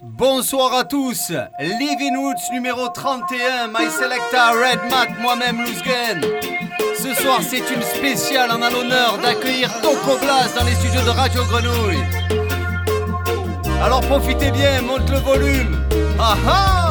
Bonsoir à tous, Living Woods numéro 31, My Selecta, Red Mac, moi-même Louzgen. Ce soir c'est une spéciale, on a l'honneur d'accueillir Toko Blast dans les studios de Radio Grenouille. Alors profitez bien, monte le volume. Ah ah.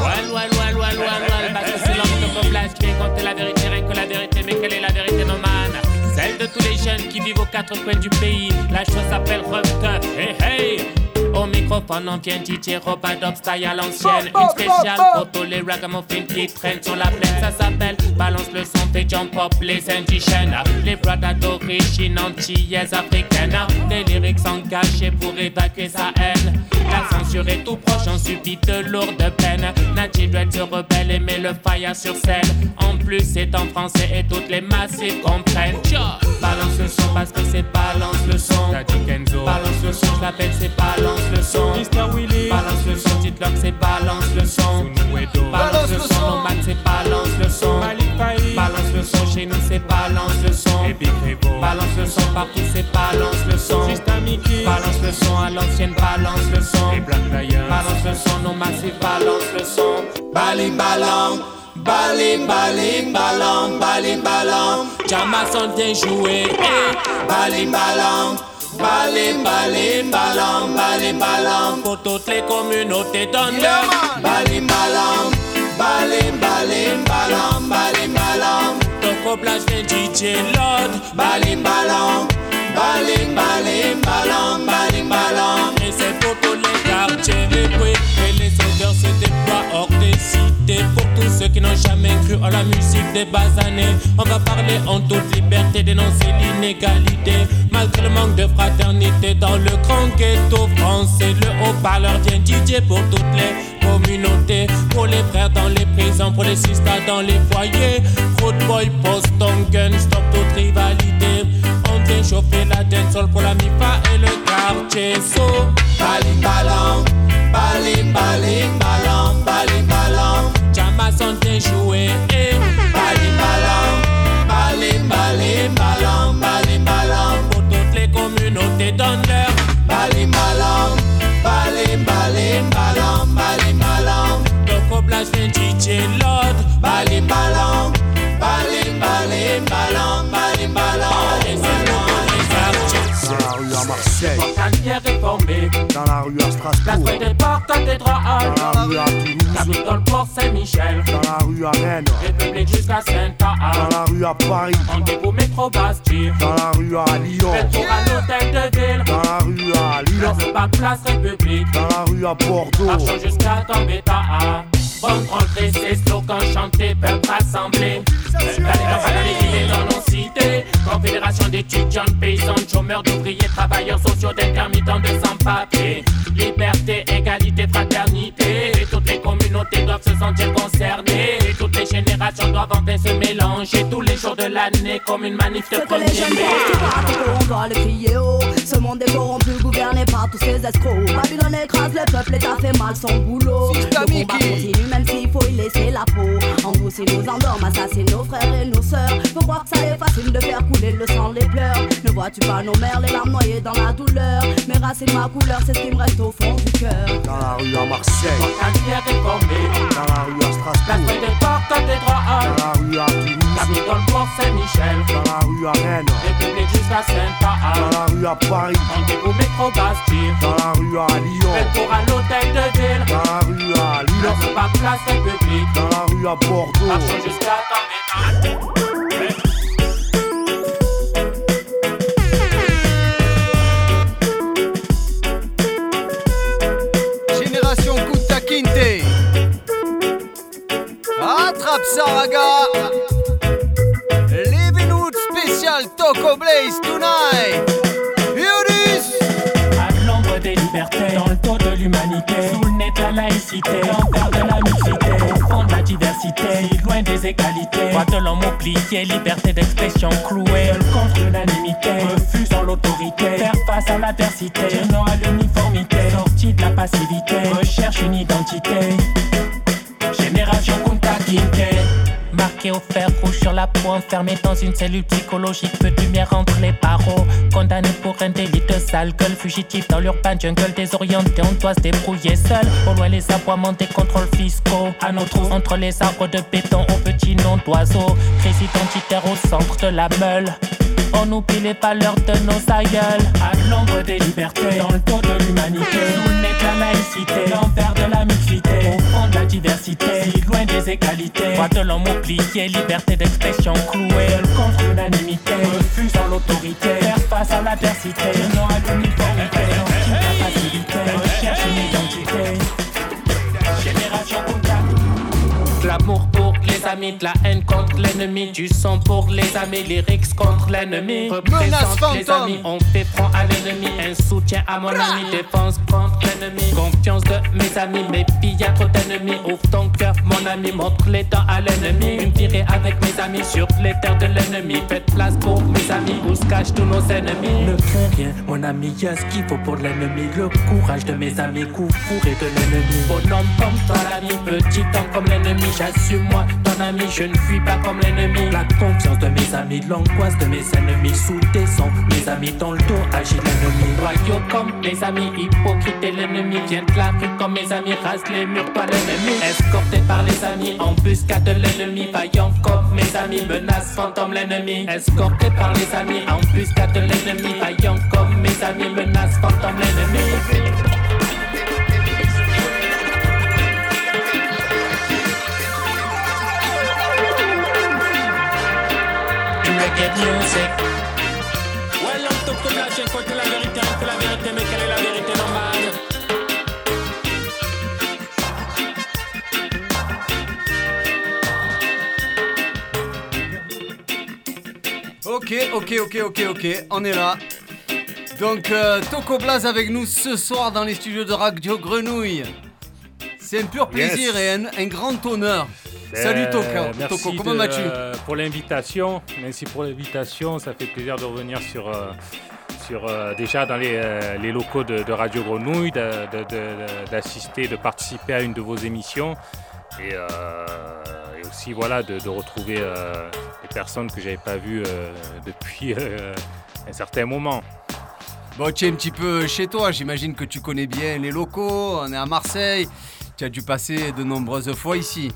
Parce que c'est l'homme Toko Blast qui vient compter la vérité, rien que la vérité, mais quelle est la vérité, no man? Celle de tous les jeunes qui vivent aux quatre coins du pays. La chose s'appelle Rupta, hey hey. Au microphone, on vient DJ Robadop style à l'ancienne. Une spéciale pour tous les ragamuffins qui traînent sur la plaine. Ça s'appelle Balance le son, fait jump up les indigènes. Les brothers d'origine antillaise africaine. Des lyrics engagés pour évacuer sa haine. La censure est tout proche, on subit de lourdes peines. Nadji doit se rebelle et met le fire sur scène. En plus, c'est en français et toutes les massives comprennent. Balance le son parce que c'est balance le son. Balance le son, je l'appelle, c'est balance le son. Mr. Willy. Balance le son, Titlock, c'est balance le son. Balance le son, Nomad, c'est balance le son. Balance le son, chez nous, c'est balance le son. Balance le son, partout, c'est balance le son. Balance le son, à l'ancienne, balance le son. Balance le son, Nomad, c'est balance le son. Balim ballon, balim balim ballon, balim ballon. Jamason vient jouer, balim ballon. Balim, balim, ballon, balim, ballon. Pour toutes les communautés d'honneur. Balim, ballon, balim, balim, ballon, balim, ballon. Toko Blast vient DJ Lord. Balim, ballon, balim, balim, ballon, balim, ballon. Et c'est pour tous les quartiers, les bruits et les odeurs se déploient hors des cités. Pour tous ceux qui n'ont jamais cru en la musique des bas années, on va parler en toute liberté, dénoncer l'inégalité. Malgré le manque de fraternité dans le grand ghetto français, le haut-parleur vient DJ pour toutes les communautés. Pour les frères dans les prisons, pour les sisters dans les foyers. Road boy, post ton gun, stop toute rivalité. On vient chauffer la dancehall pour la MIFA et le quartier so. Balim ballon, balim balim ballon, balim ballon. Jamason vient jouer, balim ballon, balim balim ballon, balim ballon. Pour toutes les communautés d'honneur. Balim ballon, balim balim ballon, balim ballon. Toko Blast vient DJ Lord. Balim ballon, balim balim ballon, balim ballon. Et c'est pour les quartiers. Dans la rue à Marseille, Porte-Calvière réformée. dans la rue à La Strasbourg, feuille des portes des droits. dans la rue à Toulouse, Capitole Port Saint-Michel. dans la rue à Rennes, République jusqu'à dans Saint-Anne. la rue à Paris, Rendez-vous métro Bastille. dans la rue à Lyon, Retour à l'hôtel de ville. dans la rue à Lille, Place pas place République. dans la rue à Bordeaux, Marchons jusqu'à Gambetta. Bonne rentrée, c'est slogan chanté, peuple rassemblé. Dans les campagnes, dans les villes et dans nos cités. Confédération d'étudiants, paysans, chômeurs, d'ouvriers, travailleurs sociaux, d'intermittents, de sans-papiers. Liberté, égalité, fraternité. Et toutes les communautés doivent se sentir concernées. Et toutes les générations doivent enfin se mélanger. Tous les jours de l'année comme une manif de Ce que les 1er jeunes mai. pensent, on doit le crier haut. Ce monde est corrompu, gouverné par tous ces escrocs. Babylone écrase le peuple, l'État fait mal son boulot. Le combat continue même s'il faut y laisser la peau. En vous si nous endorment, assassinent nos frères et nos sœurs. Faut croire que ça est facile de faire couler le sang, les pleurs. Ne vois-tu pas nos mères, les larmes noyées dans la douleur. Mes racines, ma couleur, c'est ce qui me reste au fond du cœur. dans la rue à Marseille, Porte-Calvière réformée. dans la rue à La Strasbourg, feuille des portes des droits. dans la rue à Toulouse, Capitole Port Saint-Michel. dans la rue à Rennes, République jusqu'à dans Saint-Anne. la rue à Paris, Rendez-vous métro Bastille. dans la rue à Lyon, Retour à l'hôtel de ville. dans la rue à Lille, Place pas place République. dans la rue à Bordeaux, Marchons jusqu'à Gambetta. Génération Kunta Kinte. Attrape ça, raga. Living Woods spécial Toko Blaze tonight. Hear this. À l'ombre des libertés, dans le dos de l'humanité, sous le nez de la laïcité, l'envers de la mixité, au fond de la diversité, loin des égalités. Droit de l'homme oublié, liberté d'expression clouée, seul contre l'unanimité, refusant l'autorité, faire face à l'adversité, non à l'uniformité, sortie de la passivité, recherche une identité. Génération Kunta Kinte, marqué au fer rouge sur la la peau, enfermé dans une cellule psychologique, peu de lumière entre les barreaux. Condamné pour un délit de sale gueule, fugitif dans l'urban jungle, désorienté, on doit se débrouiller seul. Au loin les aboiements des contrôles fiscaux, à nos trous entre les arbres de béton, au petit nom d'oiseaux. Crise identitaire au centre de la meule. On oublie les valeurs de nos aïeuls. À l'ombre des libertés, dans le dos de l'humanité, sous le nez de la laïcité, l'enfer de la mixité, au fond de la diversité, si loin des égalités. Droit de l'homme oublié, liberté d'expression clouée, contre l'unanimité, refus dans l'autorité, faire face à l'adversité, non à l'uniformité, sans la facilité, recherche une identité. Génération contact. L'amour pour les amis, de la haine contre l'ennemi, du sang pour les amis, lyrics contre l'ennemi. Représente les amis, on fait front à l'ennemi, un soutien à mon ami, défense contre l'ennemi. Confiance de mes amis, mes filles, y'a trop d'ennemis. Ouvre ton cœur, mon ami, montre les dents à l'ennemi. Une virée avec mes amis sur les terres de l'ennemi. Faites place pour mes amis, où se cachent tous nos ennemis. Ne crains rien, mon ami, y'a ce qu'il faut pour l'ennemi. Le courage de mes amis, coup fourré de l'ennemi. Bonhomme comme toi l'ami, petit homme comme l'ennemi. J'assume moi, ton ami, je ne fuis pas comme l'ennemi. La confiance de mes amis, l'angoisse de mes ennemis. Sous tes sons, mes amis, dans le dos agit l'ennemi. Royaux comme mes amis, hypocrite et l'ennemi. Viens de la rue comme mes amis, rase les murs, pas l'ennemi. Escorté par les amis, embuscade de l'ennemi. Vaillant comme mes amis, menace fantôme l'ennemi. Escorté par les amis, embuscade de l'ennemi. Vaillant comme mes amis, menace fantôme l'ennemi. Reggae music. Well, on top de la chaîne, quoi que la vérité, que la vérité, mais quelle est la vérité normale? Ok, on est là. Donc, Toko Blaze avec nous ce soir dans les studios de Radio Grenouille. C'est un pur plaisir et un grand honneur. Salut Toko, comment vas-tu? Pour l'invitation, merci pour l'invitation, ça fait plaisir de revenir sur déjà dans les locaux de Radio Grenouille, d'assister, de participer à une de vos émissions et aussi voilà de retrouver des personnes que j'avais pas vues depuis un certain moment. Bon, tu es un petit peu chez toi, j'imagine que tu connais bien les locaux, on est à Marseille, tu as dû passer de nombreuses fois ici.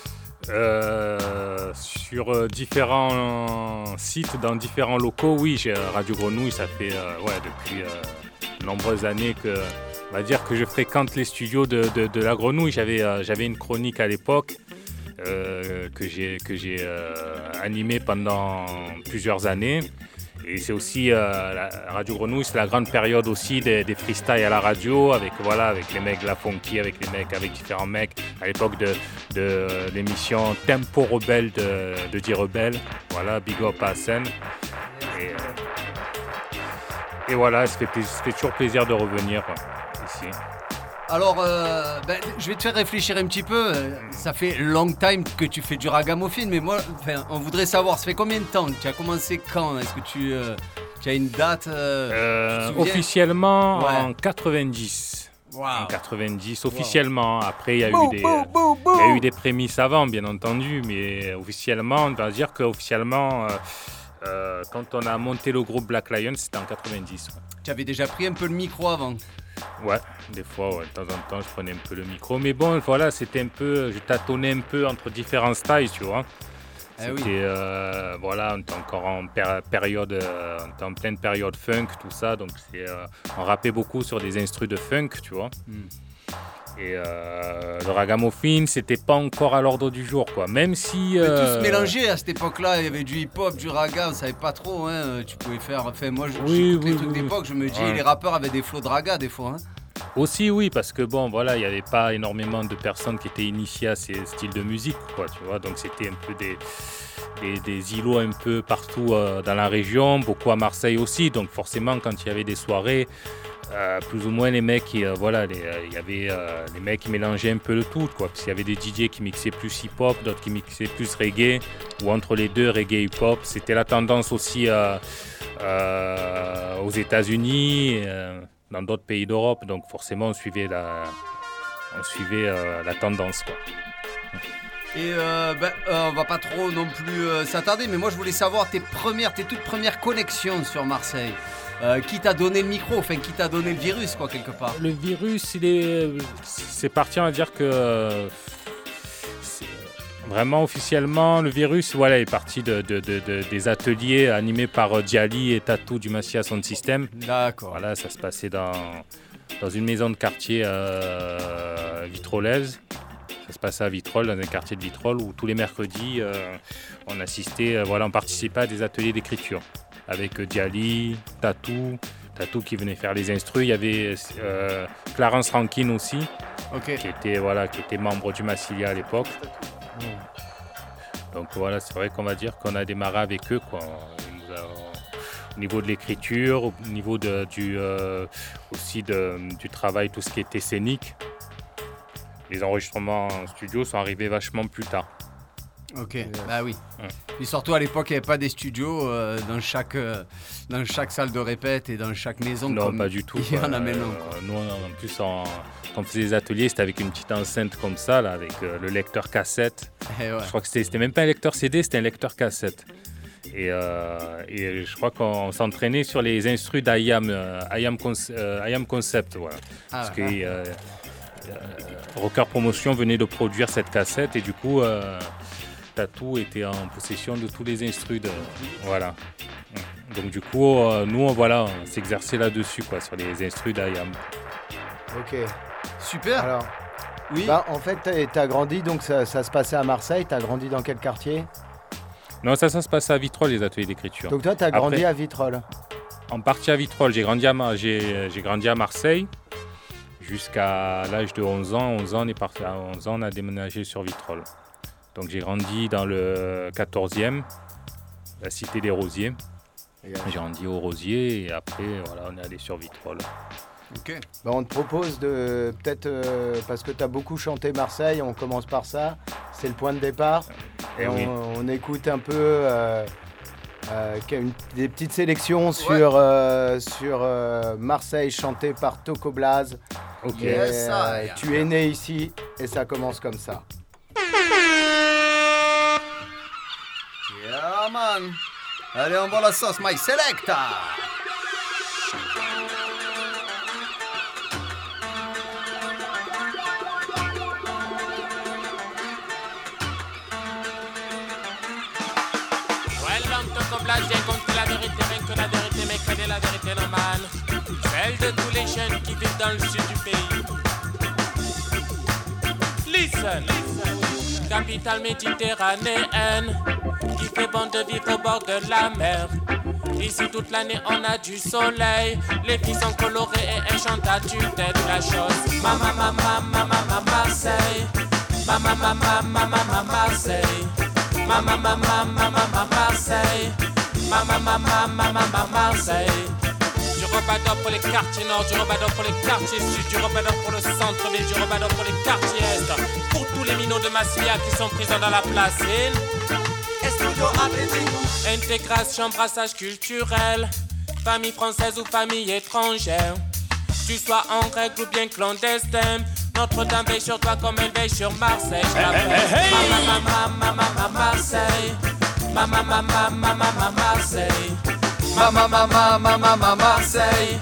Sur différents sites, dans différents locaux, oui, j'ai Radio Grenouille, ça fait depuis de nombreuses années que, on va dire que je fréquente les studios de la Grenouille. J'avais une chronique à l'époque que j'ai animée pendant plusieurs années. Et c'est aussi la Radio Grenouille, c'est la grande période aussi des freestyles à la radio avec les mecs de la funky, avec différents mecs à l'époque de l'émission Tempo Rebelle de D-Rebelle. Voilà, big up à Hassan. Et voilà, ça fait toujours plaisir de revenir ici. Alors, je vais te faire réfléchir un petit peu. Ça fait long time que tu fais du ragamuffin, mais moi, on voudrait savoir, ça fait combien de temps? Tu as commencé quand? Est-ce que tu as une date? Officiellement, ouais. En 90. Wow. En 90, officiellement. Wow. Après, il y a eu des prémices avant, bien entendu, mais officiellement, on va dire qu'officiellement, quand on a monté le groupe Black Lion, c'était en 90. Ouais. Tu avais déjà pris un peu le micro avant? Ouais, des fois, de temps en temps, je prenais un peu le micro. Mais bon, voilà, c'était un peu... Je tâtonnais un peu entre différents styles, tu vois. C'était... on était encore en période... on était en pleine période funk, tout ça. Donc, on rappait beaucoup sur des instrus de funk, tu vois. Et le ragamuffin, c'était pas encore à l'ordre du jour, quoi. Même si... Mais tout se mélangeait à cette époque-là. Il y avait du hip-hop, du raga, on savait pas trop, hein. Tu pouvais faire... Enfin, moi, j'écoute les trucs d'époque, je me dis, les rappeurs avaient des flots de raga, des fois, hein. Aussi, oui, parce que bon, voilà, il n'y avait pas énormément de personnes qui étaient initiées à ces styles de musique, quoi, tu vois. Donc, c'était un peu des îlots un peu partout dans la région, beaucoup à Marseille aussi. Donc, forcément, quand il y avait des soirées... plus ou moins les mecs, il y avait les mecs qui mélangeaient un peu le tout, quoi. Parce qu'il y avait des DJ qui mixaient plus hip-hop, d'autres qui mixaient plus reggae, ou entre les deux, reggae hip-hop. C'était la tendance aussi aux États-Unis, dans d'autres pays d'Europe, donc forcément on suivait la tendance, quoi. Et on va pas trop non plus s'attarder, mais moi je voulais savoir tes toutes premières connexions sur Marseille. Qui t'a donné le micro, enfin qui t'a donné le virus quoi quelque part. Le virus, c'est parti, on va dire que vraiment officiellement, le virus est parti des ateliers animés par Djali et Tatou du Massilia Sound System. D'accord. Voilà, ça se passait dans une maison de quartier vitrolaise. Ça se passait à Vitrolles, dans un quartier de Vitrolles, où tous les mercredis, on participait à des ateliers d'écriture avec Djali, Tatou qui venait faire les instrus. Il y avait Clarence Rankin aussi, qui était membre du Massilia à l'époque. Donc voilà, c'est vrai qu'on va dire qu'on a démarré avec eux, quoi. Au niveau de l'écriture, au niveau du travail, tout ce qui était scénique. Les enregistrements en studio sont arrivés vachement plus tard. Ok, bah oui. Et surtout à l'époque, il n'y avait pas des studios dans chaque salle de répète et dans chaque maison. Non, pas du tout. Il y en a maintenant. Nous, en plus, quand on faisait des ateliers, c'était avec une petite enceinte comme ça, là, avec le lecteur cassette. Je crois que c'était même pas un lecteur CD, c'était un lecteur cassette. Et je crois qu'on s'entraînait sur les instrus d'IAM Concept. Voilà. Parce que Rocker Promotion venait de produire cette cassette et du coup, Tatou était en possession de tous les instrus. Voilà. Donc du coup, nous, on s'exerçait là-dessus, quoi, sur les instrus d'IAM. Ok. Super. Alors, oui. En fait, t'as grandi, donc ça se passait à Marseille. T'as grandi dans quel quartier ? Non, ça se passait à Vitrolles, les ateliers d'écriture. Donc toi, t'as grandi à Vitrolles ? En partie à Vitrolles. J'ai grandi à Marseille jusqu'à l'âge de 11 ans. 11 ans, on a déménagé sur Vitrolles. Donc j'ai grandi dans le 14e, la cité des Rosiers. J'ai grandi au Rosier et après, on est allé sur Vitrolles. Ok. On te propose de peut-être, parce que tu as beaucoup chanté Marseille, on commence par ça, c'est le point de départ. Et on écoute un peu des petites sélections sur Marseille chantées par Toko Blaze. Ok. Tu es né ici et ça commence comme ça. Yeah man. Allez, on voit la sauce, My Selecta. J'ai compté la vérité, rien que la vérité, mais quelle est la vérité normale? Celle de tous les jeunes qui vivent dans le sud du pays. Listen. Capitale méditerranéenne, qui fait bon de vivre au bord de la mer. Ici toute l'année on a du soleil, les filles sont colorées et elles chantent à tue-tête la chose. Mama, Marseille. Mama, Marseille. Mama, Marseille. Mama, Marseille. Du Robador pour les quartiers nord, du Robador pour les quartiers sud, du Robador pour le centre-ville, du Robador pour les quartiers est. Pour tous les minots de Massilia qui sont présents dans la place. Intégration, brassage culturel, famille française ou famille étrangère. Tu sois en règle ou bien clandestin, Notre-Dame veille sur toi comme elle veille sur Marseille. Mama, Marseille. Mama, Marseille. Mama, Marseille.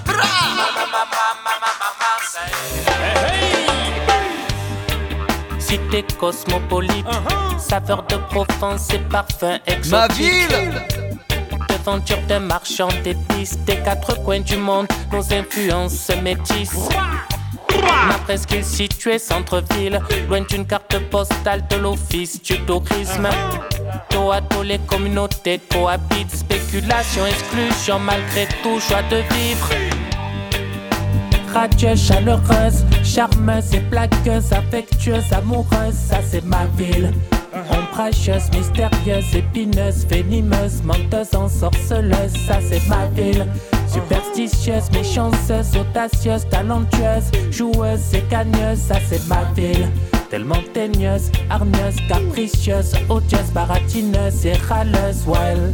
Cité cosmopolite, saveur de Provence et parfum exotique. Ma ville! Devanture des marchands d'épices, des quatre coins du monde, nos influences métisses. Ma presqu'île située centre-ville, loin d'une carte postale de l'office du tourisme. Dos à dos les communautés cohabitent, spéculation, exclusion, malgré tout joie de vivre. Radieuse, chaleureuse, charmeuse et plaqueuse, affectueuse, amoureuse, ça c'est ma ville. Ombrageuse, mystérieuse, épineuse, venimeuse, menteuse, ensorceleuse, ça c'est ma ville. Superstitieuse, méchanceuse, audacieuse, talentueuse, joueuse et gagneuse, ça c'est ma ville. Tellement teigneuse, hargneuse, capricieuse, odieuse, baratineuse et râleuse, well.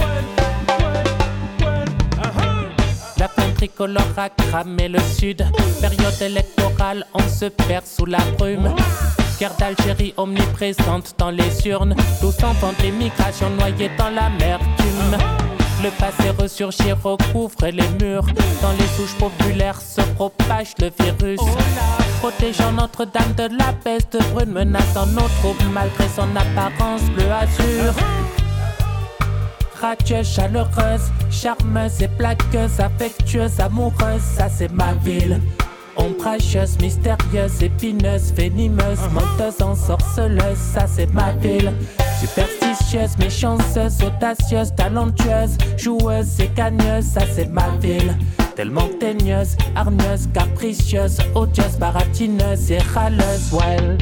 La fin tricolore a cramé le sud. Période électorale, on se perd sous la brume. Guerre d'Algérie omniprésente dans les urnes. 12 enfants des migrations noyés dans l'amertume. Le passé ressurgit, recouvre les murs. Dans les souches populaires se propage le virus. Protégeant Notre-Dame de la peste brune, menaçant nos troubles malgré son apparence bleu azur. Radieuse, chaleureuse, charmeuse et plaqueuse, affectueuse, amoureuse, ça c'est ma ville. Ombrageuse, mystérieuse, épineuse, venimeuse, menteuse, ensorceleuse, ça c'est ma ville. Superstitieuse, méchanceuse, audacieuse, talentueuse, joueuse et gagneuse, ça c'est ma ville. Tellement teigneuse, hargneuse, capricieuse, odieuse, baratineuse et râleuse, well.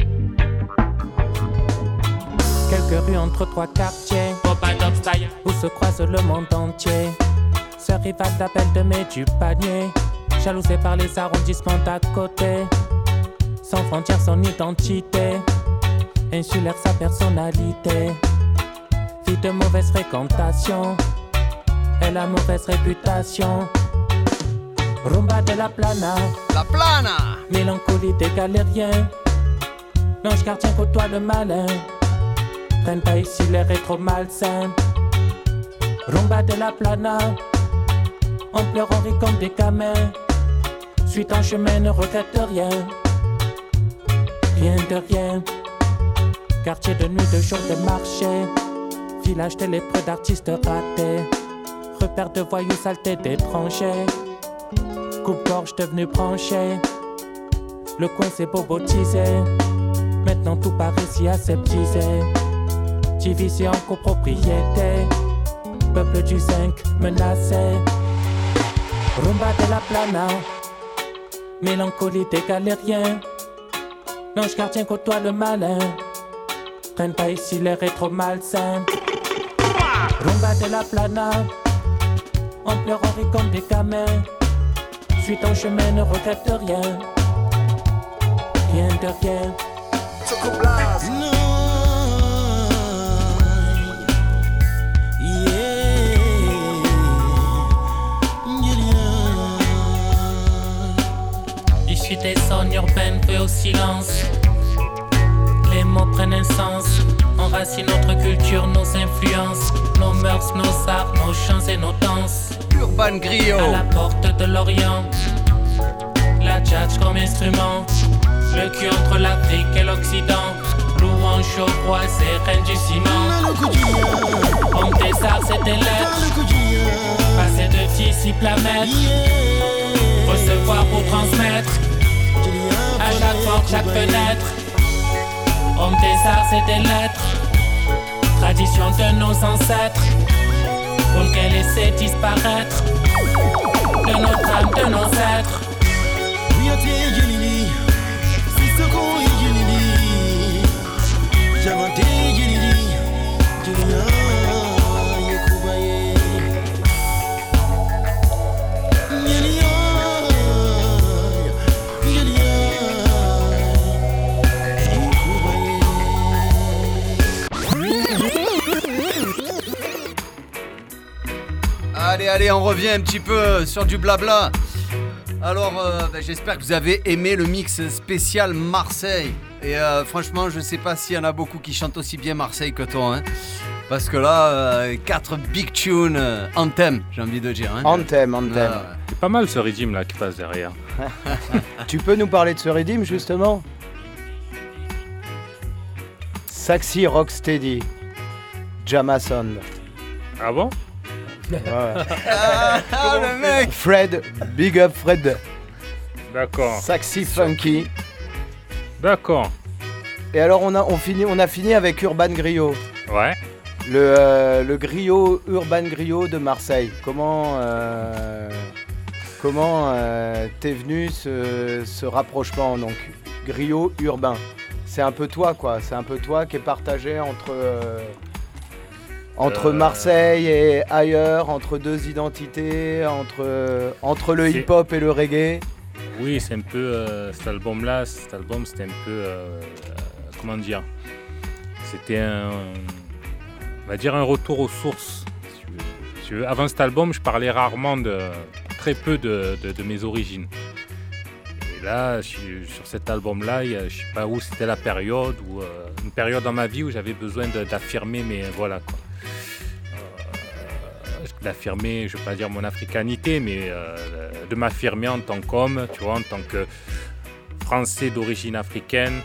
Quelques rues entre trois quartiers, où se croise le monde entier. Ce rival d'appel de mai du panier, jalousé par les arrondissements d'à côté. Sans frontières, son identité, insulaire sa personnalité. Fille de mauvaise fréquentation, elle a mauvaise réputation. Rumba de la plana, La plana. mélancolie des galériens. L'ange gardien côtoie le malin, traîne pas ici les rétro malsains. Rumba de la plana, on pleure, on rit comme des gamins. Suis ton chemin, ne regrette rien, rien de rien. Quartier de nuit, de jour, de marché, village de lépreux, d'artistes ratés. Repère de voyous, saleté d'étrangers, coupe-gorge devenu branché. Le coin s'est bobotisé, maintenant tout paraît si aseptisé. Divisé en copropriété, peuple du zinc menacé. Rumba de la plana, mélancolie des galériens. L'ange gardien côtoie le malin, traîne pas ici les rétro malsains. Rumba de la plana, on pleure, on rit comme des gamins. Suis ton chemin, ne regrette rien, rien de rien. Issu des zones urbaines, peu au silence. Les mots prennent un sens, enracinent notre culture, nos influences, nos mœurs, nos arts, nos chants et nos danses. Urban Griot. À la porte de l'Orient, la tchatch comme instrument, le cul entre l'Afrique et l'Occident. Louange au roi, c'est reine du ciment. Homme des arts, c'est des lettres, passer de disciple à maître, recevoir pour transmettre, à chaque porte, chaque fenêtre. Homme des arts, c'est des lettres, tradition de nos ancêtres, pour qu'elle laisser disparaître de notre âme, de nos êtres. Allez, on revient un petit peu sur du blabla. Alors, j'espère que vous avez aimé le mix spécial Marseille. Et franchement, je sais pas s'il y en a beaucoup qui chantent aussi bien Marseille que toi, hein. Parce que là, 4 big tunes, anthem, j'ai envie de dire. Hein. Anthem. C'est pas mal ce rythme là qui passe derrière. Tu peux nous parler de ce rythme justement? Saxy Rocksteady, Jamason. Ah bon? Ouais. Le mec. Fred, big up Fred. D'accord. Saxy Funky. D'accord. Et alors on a fini avec Urban Griot. Ouais. Le griot, Urban Griot de Marseille. Comment t'es venu ce rapprochement, donc griot urbain? C'est un peu toi quoi, c'est un peu toi qui est partagé entre Marseille et ailleurs, entre deux identités, entre le hip-hop et le reggae. Oui, c'est un peu cet album c'était un peu comment dire, c'était on va dire un retour aux sources. Si tu veux. Avant cet album, je parlais rarement très peu de mes origines. Et là, sur cet album-là, je sais pas où c'était la période, une période dans ma vie où j'avais besoin d'affirmer d'affirmer, je ne veux pas dire mon africanité, mais de m'affirmer en tant qu'homme, tu vois, en tant que Français d'origine africaine,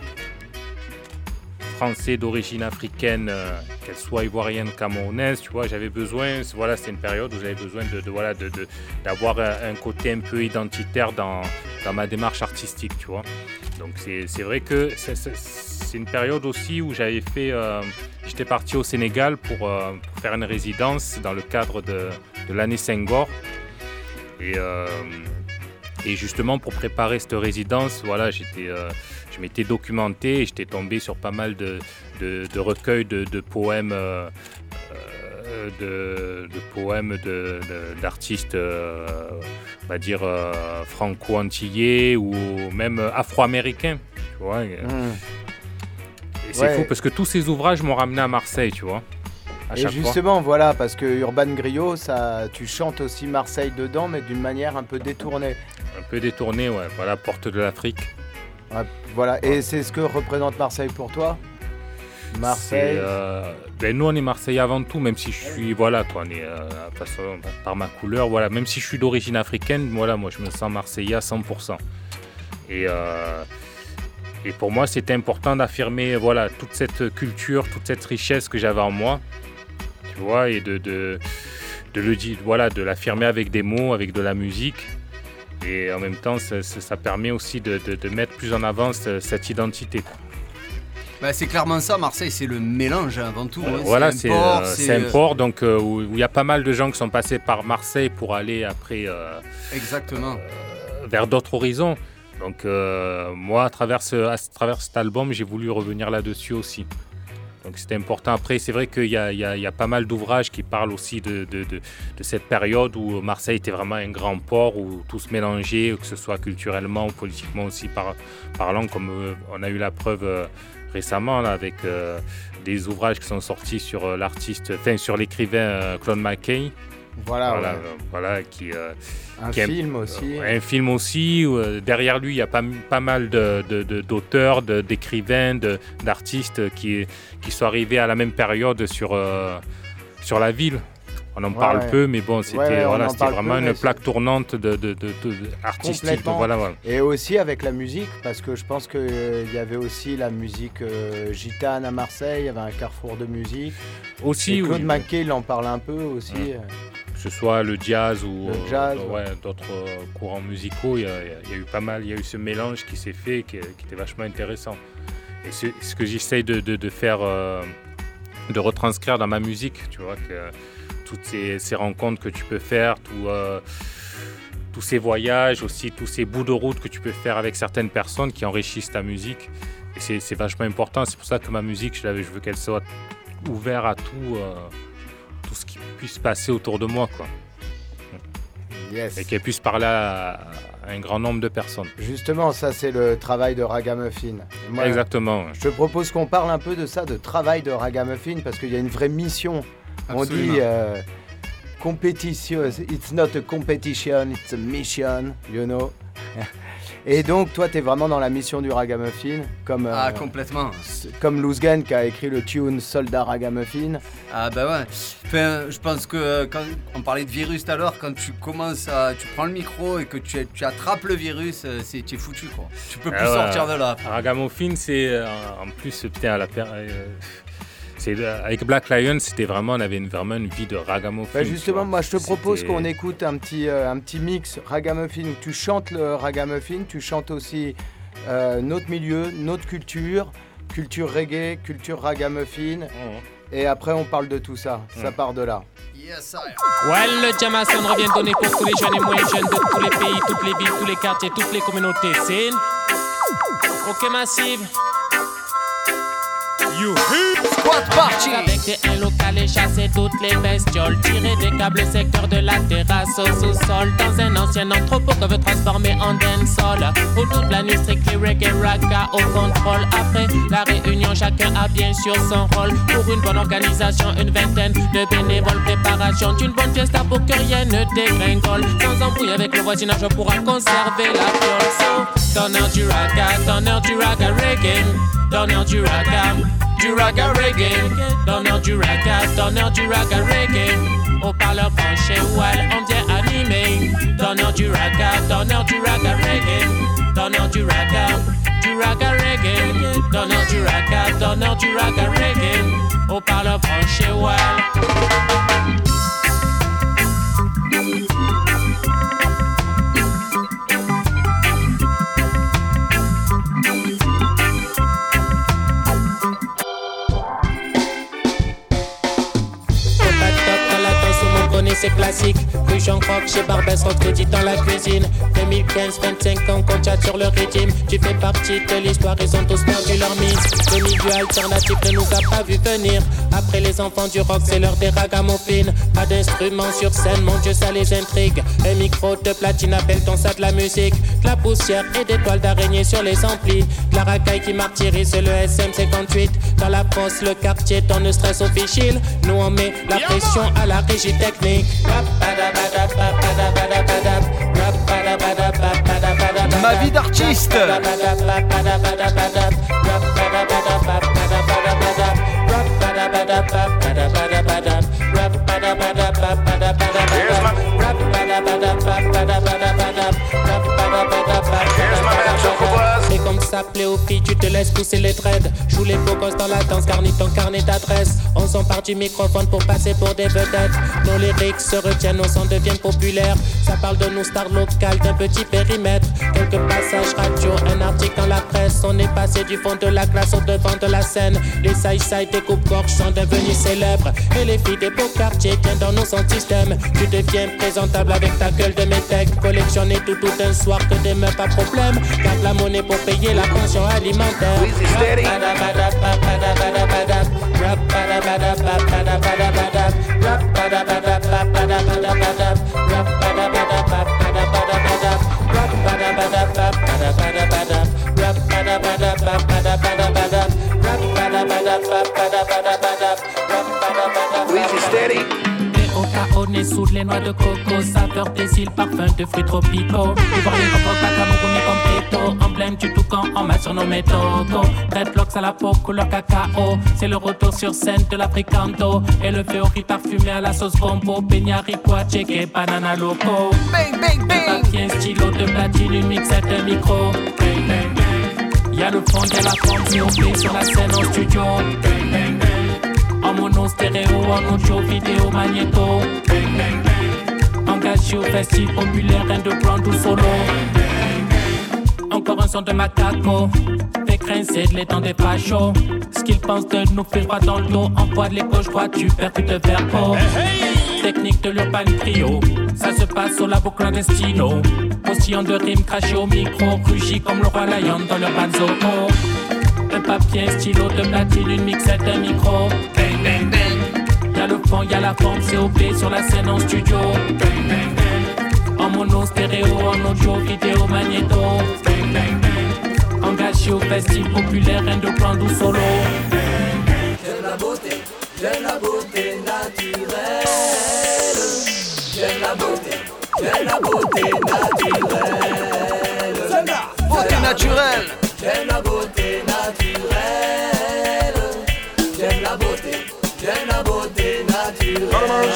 qu'elle soit ivoirienne ou camerounaise, tu vois, j'avais besoin, c'était une période où j'avais besoin d'avoir un côté un peu identitaire dans ma démarche artistique, tu vois. Donc c'est vrai que c'est une période aussi où j'étais parti au Sénégal pour faire une résidence dans le cadre de l'année Senghor. Et justement, pour préparer cette résidence, voilà, je m'étais documenté et j'étais tombé sur pas mal de recueils de poèmes, d'artistes, on va dire, franco-antillais ou même afro-américains, tu vois. Et c'est fou parce que tous ces ouvrages m'ont ramené à Marseille, tu vois. Et justement, voilà, parce que Urban Griot, tu chantes aussi Marseille dedans, mais d'une manière un peu détournée. Un peu détournée, ouais. Voilà, Porte de l'Afrique. Ouais, voilà, et c'est ce que représente Marseille pour toi ? Marseille. Nous, on est Marseillais avant tout, même si je suis, voilà, quoi, on est, par ma couleur, voilà, même si je suis d'origine africaine, voilà, moi, je me sens Marseillais à 100%. Et pour moi, c'était important d'affirmer, voilà, toute cette culture, toute cette richesse que j'avais en moi. Tu vois, et de l'affirmer avec des mots, avec de la musique. Et en même temps, ça permet aussi de mettre plus en avant cette identité. Bah, c'est clairement ça, Marseille, c'est le mélange avant tout. Voilà, c'est un port donc, où il y a pas mal de gens qui sont passés par Marseille pour aller après vers d'autres horizons. Donc moi, à travers cet album, j'ai voulu revenir là-dessus aussi. Donc c'était important. Après, c'est vrai qu'il y a pas mal d'ouvrages qui parlent aussi de cette période où Marseille était vraiment un grand port, où tout se mélangeait, que ce soit culturellement ou politiquement aussi parlant, comme on a eu la preuve récemment là, avec des ouvrages qui sont sortis sur sur l'écrivain Claude McKay. Voilà, qui film aussi. Un film aussi. Derrière lui, il y a pas mal d'auteurs, d'écrivains, d'artistes qui sont arrivés à la même période sur la ville. On en parle peu, mais bon, c'était vraiment une plaque tournante artistique. Voilà. Et aussi avec la musique, parce que je pense qu'il y avait aussi la musique gitane à Marseille, il y avait un carrefour de musique. Aussi, et Claude McKay, il en parle un peu aussi. Que ce soit le jazz ou d'autres courants musicaux, il y a eu pas mal, il y a eu ce mélange qui s'est fait, qui était vachement intéressant. Et ce que j'essaye de faire, de retranscrire dans ma musique, tu vois, que toutes ces rencontres que tu peux faire, tous ces voyages, aussi tous ces bouts de route que tu peux faire avec certaines personnes qui enrichissent ta musique. Et c'est vachement important. C'est pour ça que ma musique, je veux qu'elle soit ouverte à tout ce qui puisse passer autour de moi, quoi. Yes. Et qu'elle puisse parler à un grand nombre de personnes. Justement, ça c'est le travail de Ragamuffin. Moi, exactement. Je te propose qu'on parle un peu de ça, de travail de Ragamuffin, parce qu'il y a une vraie mission. Absolument. On dit compétition, it's not a competition, it's a mission, you know. Et donc, toi, t'es vraiment dans la mission du Ragamuffin, comme complètement. Comme Loose Gun qui a écrit le tune Soldat Ragamuffin. Ah bah ouais. Enfin, je pense que quand on parlait de virus tout à l'heure, quand tu prends le micro et que tu attrapes le virus, tu es foutu, quoi. Tu peux plus sortir de là. Ragamuffin, c'est en plus avec Black Lion, c'était vraiment, on avait vraiment une vie de ragamuffin. Justement, moi je te propose qu'on écoute un petit mix ragamuffin où tu chantes le ragamuffin, tu chantes aussi notre milieu, notre culture reggae, culture ragamuffin, et après on parle de tout ça, ça part de là. Yes, sir. Well, le Jamason revient donner pour tous les jeunes et moins jeunes de tous les pays, toutes les villes, tous les quartiers, toutes les communautés. C'est OK Massive. You Squat Party. Avec des hains locales et chasser toutes les bestioles. Tirer des câbles secteur de la terrasse au sous-sol. Dans un ancien entrepôt qu'on veut transformer en dancehall. Où toute la nuit strictly reggae raga au contrôle. Après la réunion, chacun a bien sûr son rôle. Pour une bonne organisation, une vingtaine de bénévoles. Préparation d'une bonne fiesta pour que rien ne dégringole. Sans embrouille avec le voisinage, on pourra conserver la fiole. So, donneur du raga reggae. Donneur du raga reggae. Donneur du raga reggae. Au parleur branché, well, on vient animer. Donneur du raga reggae. Donneur du raga reggae. Donneur du raga reggae. Au parleur branché, well. C'est classique, rue Jean Croc chez Barbès, Rocksteady dans la cuisine. 2015, 25 ans, qu'on chatte sur le rythme. Tu fais partie de l'histoire, ils ont tous perdu leur mise. Le milieu alternatif ne nous a pas vu venir. Après les enfants du rock, c'est l'heure des ragamuffins. Pas d'instruments sur scène, mon Dieu, ça les intrigue. Un micro de platine appelle ton ça de la musique. De la poussière et des toiles d'araignée sur les amplis. De la racaille qui martyrise le SM58. Dans la fosse, le quartier donne le stress au fichil. Nous on met la pression à la régie technique. Ma vie d'artiste. Et comme ça plaît aux filles, tu te laisses pousser les dreads. Joue les beaux gosses dans la danse, garnis ton carnet d'adresse. On s'empare du microphone pour passer pour des vedettes. Nos lyrics se retiennent, nos sons deviennent populaires. Ça parle de nos stars locales d'un petit périmètre. Quelques passages radio, un article dans la presse. On est passé du fond de la classe au devant de la scène. Les side-side des coupes-gorges sont devenus célèbres. Et les filles des beaux quartiers tiennent dans nos sons système. Tu deviens présentable avec ta gueule de métèque. Collectionner tout un soir que des meufs pas problème. Garde la monnaie pour payer la pension alimentaire. On est sous les noix de coco, saveur des îles, parfum de fruits tropicaux. Ivoirien comme Papa, Camerounais comme Eto, emblème du toucan en main sur nos métaux. Dreadlocks à la peau, couleur cacao. C'est le retour sur scène de l'Africanto. Et le feu au riz parfumé à la sauce combo. Peña, ripois, checké, banana loco. Bang, bang, bang. Papier, un stylo de platine, une mixette, un micro. Bang, bang, bang. Y'a le fond, y'a la forme, c'est au fait sur la scène en studio. Bang, bang, bang. En mono, stéréo, en audio, vidéo, magnéto. Bang, bang, bang. Engagé au festival populaire, underground ou solo. Bang, bang. Encore un son de macaco. Fait grincer de l'étang des fachos. Ce qu'ils pensent de nous fait froid dans le dos. Envoie de les gauche droite, tu percutes de verbo. Technique de l'urban trio. Ça se passe au labo clandestino. Postillon de rimes craché au micro. Rugi comme le roi lion dans l'urban zoco. Un papier, un stylo de platine, une mixette, un micro. Bang, bang, bang. Y'a le fond, y'a la forme, COP sur la scène en studio. Bang, bang, bang. En mono, stéréo, en audio, vidéo, magnéto. Bang, bang, bang. Engagé au festival populaire, underground ou solo. Bang, bang. J'aime la beauté naturelle. J'aime la beauté naturelle. Beauté naturelle. J'aime la beauté naturelle. J'aime la beauté naturelle.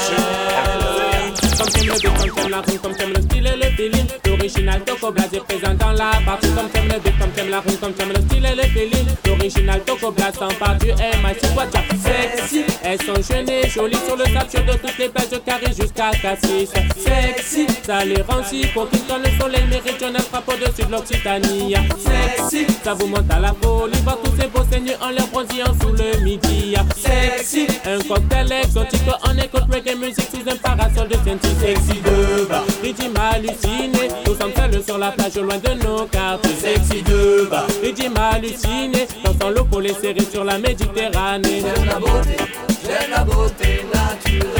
Comme t'aimes le beat, comme t'aimes la rime, comme t'aimes le style et le feeling. L'original Toco Blast est présent dans la partie. Comme t'aimes le beat, comme t'aimes la rime, comme t'aimes le style et le feeling. L'original Toco Blast s'empare du MIC Watcha. Sexy, elles sont jeunes et jolies sur le capture de toutes les plages de Carré jusqu'à Cassis. Sexy, ça les rend si coquines quand le soleil méridional frappe au-dessus de l'Occitanie. Sexy, ça vous monte à la folie, voir tous ces beaux seigneurs en l'air bronzillant sous le midi. Sexy, un cocktail exotique, on écoute reggae music sous un parasol de Saint-Tite. Sexy de bas, rythme halluciné, nous sommes seuls sur la plage loin de nos quartiers. Sexy de bas, rythme halluciné, dans dans l'eau pour les serrer sur la Méditerranée. J'aime la beauté naturelle.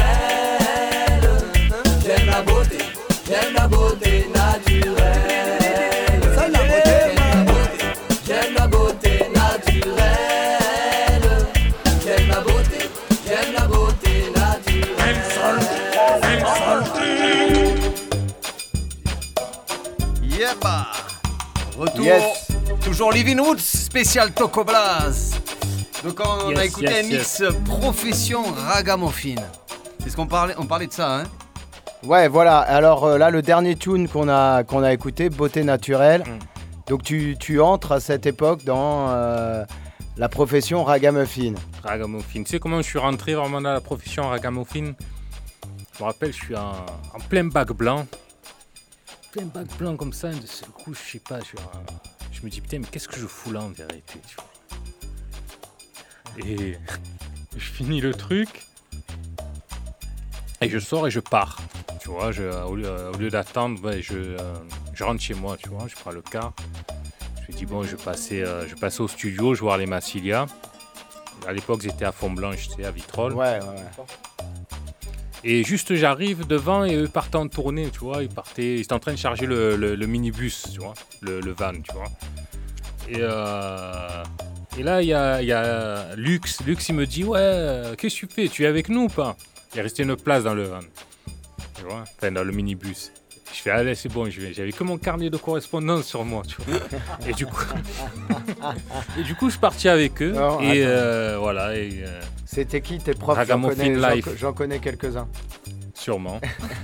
J'aime la beauté naturelle. J'aime la beauté naturelle. J'aime la beauté naturelle. Yeba. Retour. Yes. Toujours Living Woods, spécial Toco Blaze. Donc on a écouté un mix profession ragamuffin. C'est ce qu'on parlait, on parlait de ça, hein. Ouais, voilà. Alors là, le dernier tune qu'on a écouté, Beauté naturelle. Donc tu entres à cette époque dans la profession ragamuffin. Ragamuffin. Tu sais comment je suis rentré vraiment dans la profession ragamuffin? Je me rappelle, je suis en plein bac blanc. Plein bac blanc comme ça, et de ce coup, je sais pas, je me dis putain, mais qu'est-ce que je fous là en vérité, tu vois. Et je finis le truc et je sors et je pars. Tu vois, au lieu d'attendre, ouais, je rentre chez moi, tu vois, je prends le car. Je me dis bon, je passais au studio, je vais voir les Massilia. À l'époque, ils étaient à Font-Blanche, tu sais, à Vitrolles. Ouais. Et juste j'arrive devant et eux partaient en tournée, tu vois, ils étaient en train de charger le minibus, tu vois, le van, tu vois. Et là il y a Lux il me dit ouais, qu'est-ce que tu fais, tu es avec nous ou pas? Il est resté une place dans le van, tu vois, enfin dans le minibus. Je fais allez c'est bon, j'avais que mon carnet de correspondance sur moi, tu vois. Et du coup je suis parti avec eux. Non, et voilà. C'était qui tes profs? J'en connais quelques-uns. Sûrement.